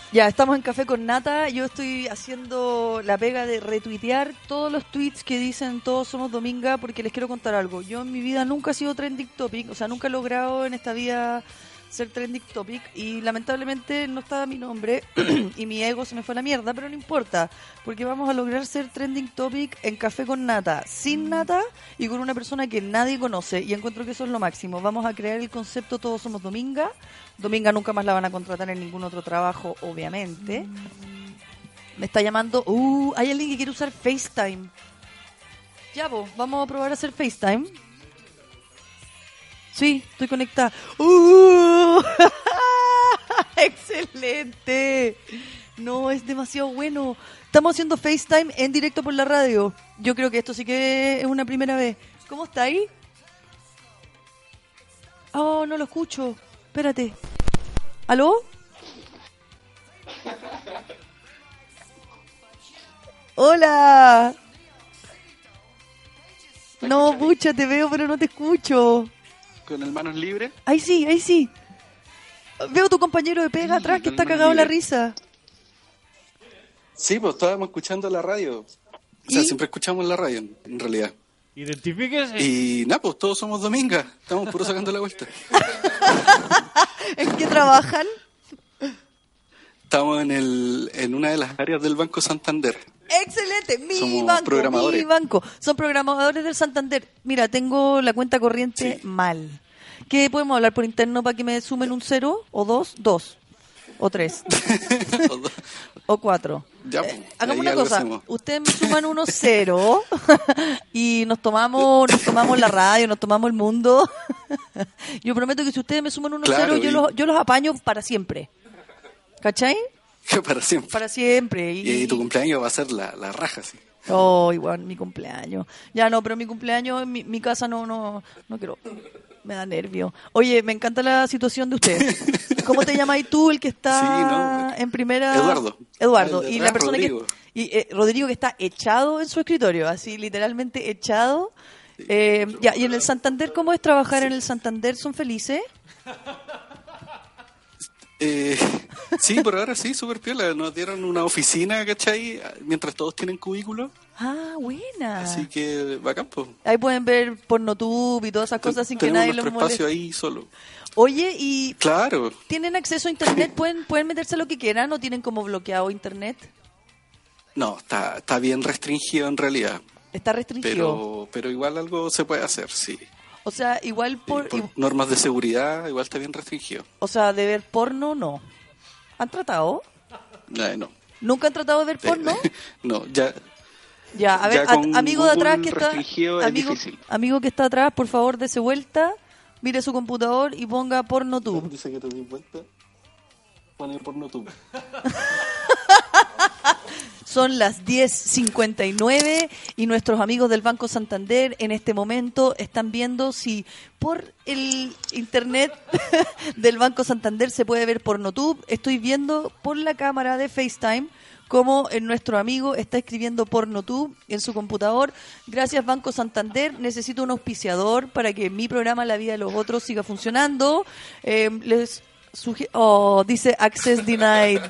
Ya, estamos en Café con Nata. Yo estoy haciendo la pega de retuitear todos los tweets que dicen Todos Somos Dominga, porque les quiero contar algo. Yo en mi vida nunca he sido trending topic, o sea, nunca he logrado en esta vida ser trending topic, y lamentablemente no estaba mi nombre y mi ego se me fue a la mierda, pero no importa, porque vamos a lograr ser trending topic en Café con Nata, sin nata y con una persona que nadie conoce, y encuentro que eso es lo máximo. Vamos a crear el concepto Todos Somos Dominga. Dominga nunca más la van a contratar en ningún otro trabajo, obviamente. Me está llamando, hay alguien que quiere usar FaceTime. Ya, vos, vamos a probar a hacer FaceTime. Sí, estoy conectada. ¡Excelente! No, es demasiado bueno. Estamos haciendo FaceTime en directo por la radio. Yo creo que esto sí que es una primera vez. ¿Cómo está ahí? Oh, no lo escucho. Espérate. ¿Aló? ¡Hola! No, pucha, te veo, pero no te escucho. ¿Con el manos libres? Ahí sí, ahí sí. Veo a tu compañero de pega atrás que está cagado la risa. Sí, pues estábamos escuchando la radio. O sea, siempre escuchamos la radio, en realidad. Identifíquese. Y nada, pues todos somos Dominga. Estamos puro sacando la vuelta. ¿En qué trabajan? Estamos en una de las áreas del Banco Santander. Excelente, Somos banco, programadores. mi banco. Son programadores del Santander. Mira, tengo la cuenta corriente mal. ¿Qué podemos hablar por interno para que me sumen un 0 o 2? 2 o 3 o 4. Ya, pues, hagamos ahí una algo cosa. hacemos. Ustedes me suman unos 0 y nos tomamos la radio, nos tomamos el mundo. Yo prometo que si ustedes me suman unos Claro, 0, yo los apaño para siempre. ¿Cachai? Para siempre. Para siempre. Y tu cumpleaños va a ser la raja, sí. Oh, igual, mi cumpleaños. Ya no, pero mi cumpleaños en mi casa no quiero. Me da nervio. Oye, me encanta la situación de usted. ¿Cómo te llamas tú, el que está en primera? Eduardo. Y la persona Rodrigo. Rodrigo, que está echado en su escritorio, así literalmente echado. Ya, y en el Santander, ¿cómo es trabajar en el Santander? ¿Son felices? Sí, por ahora sí, súper piola. Nos dieron una oficina, ¿cachai? Mientras todos tienen cubículos. Ah, buena. Así que bacán, pues. Ahí pueden ver pornotube y todas esas cosas sin que nadie los nuestro moleste. espacio ahí solo. Oye, y Claro. ¿tienen acceso a internet? ¿Pueden meterse a lo que quieran o tienen como bloqueado internet? No, está bien restringido en realidad. Está restringido. Pero igual algo se puede hacer, sí. O sea, igual Por normas de seguridad, igual está bien restringido. O sea, de ver porno, no. ¿Han tratado? No. ¿Nunca han tratado de ver porno? No, ya. Ya, a ver, Ya con amigo de atrás Google que está... restringido es difícil. Amigo que está atrás, por favor, dese vuelta, mire su computador y ponga PornoTube. Dice que te di vuelta. Pone PornoTube. Son las 10:59 y nuestros amigos del Banco Santander en este momento están viendo si por el internet del Banco Santander se puede ver PornoTube. Estoy viendo por la cámara de FaceTime cómo nuestro amigo está escribiendo PornoTube en su computador. Gracias, Banco Santander. Necesito un auspiciador para que mi programa La Vida de los Otros siga funcionando. Dice Access Denied.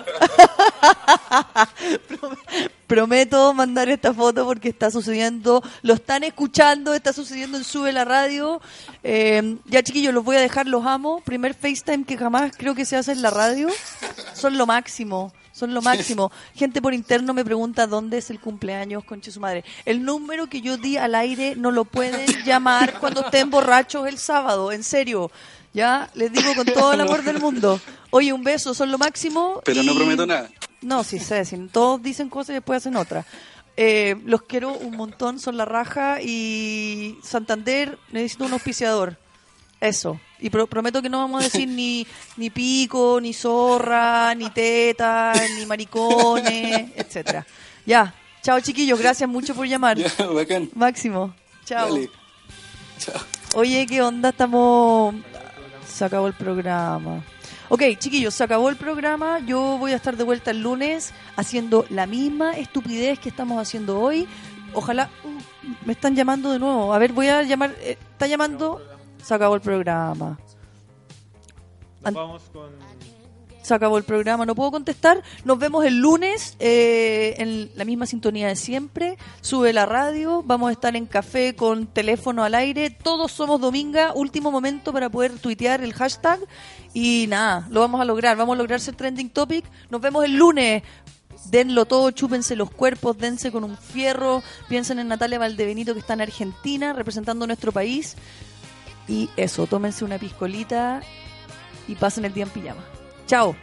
Prometo mandar esta foto porque está sucediendo, lo están escuchando, está sucediendo en Sube la Radio. Ya, chiquillos, los voy a dejar, los amo. Primer FaceTime que jamás creo que se hace en la radio. Son lo máximo. Gente por interno me pregunta dónde es el cumpleaños, conche su madre. El número que yo di al aire no lo pueden llamar cuando estén borrachos el sábado, en serio. Ya, les digo con todo el amor del mundo. Oye, un beso, son lo máximo. Pero no prometo nada. No, sí sé, si todos dicen cosas y después hacen otras. Los quiero un montón, son la raja. Y Santander, necesito un auspiciador. Eso. Y prometo que no vamos a decir ni pico, ni zorra, ni teta, ni maricones, etcétera. Ya, chao chiquillos, gracias mucho por llamar. Ya, bacán. Máximo, chao. Dale. Chao. Oye, ¿qué onda? Se acabó el programa. Ok, chiquillos, se acabó el programa. Yo voy a estar de vuelta el lunes haciendo la misma estupidez que estamos haciendo hoy. Ojalá... me están llamando de nuevo. A ver, voy a llamar... ¿Está llamando? Se acabó el programa. Nos vamos con Se acabó el programa, no puedo contestar. Nos vemos el lunes en la misma sintonía de siempre. Sube la radio, vamos a estar en café con teléfono al aire. Todos somos Dominga, último momento para poder tuitear el hashtag. Y nada, lo vamos a lograr, vamos a lograr ser trending topic. Nos vemos el lunes. Denlo todo, chúpense los cuerpos, dense con un fierro. Piensen en Natalia Valdebenito, que está en Argentina representando nuestro país. Y eso, tómense una piscolita y pasen el día en pijama. Chao.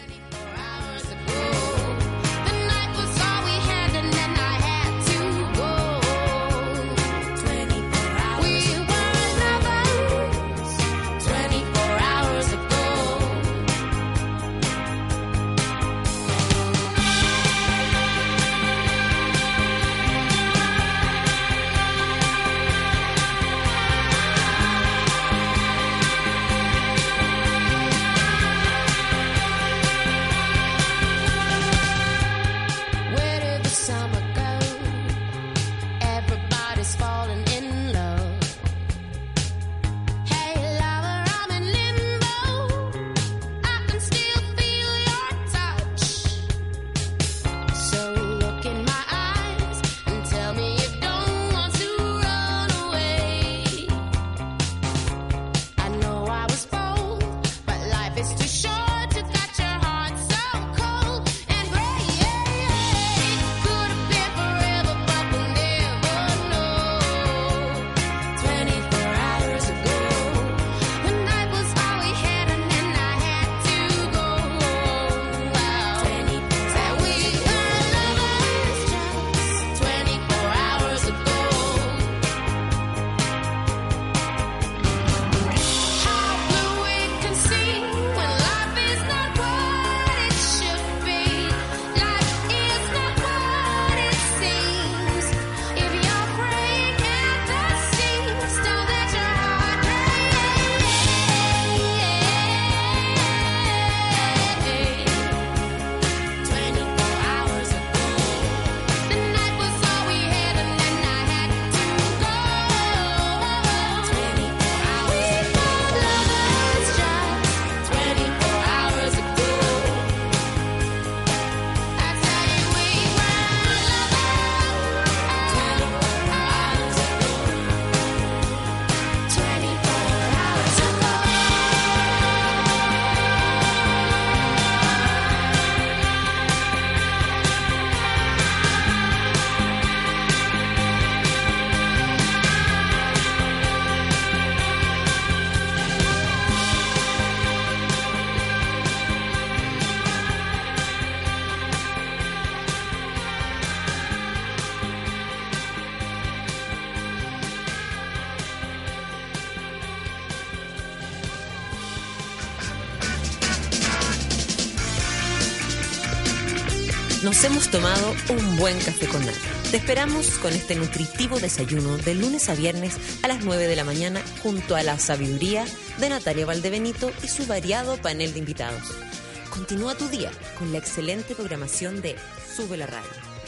Nos hemos tomado un buen café con nata. Te esperamos con este nutritivo desayuno de lunes a viernes a las 9 de la mañana junto a la sabiduría de Natalia Valdebenito y su variado panel de invitados. Continúa tu día con la excelente programación de Sube la Radio.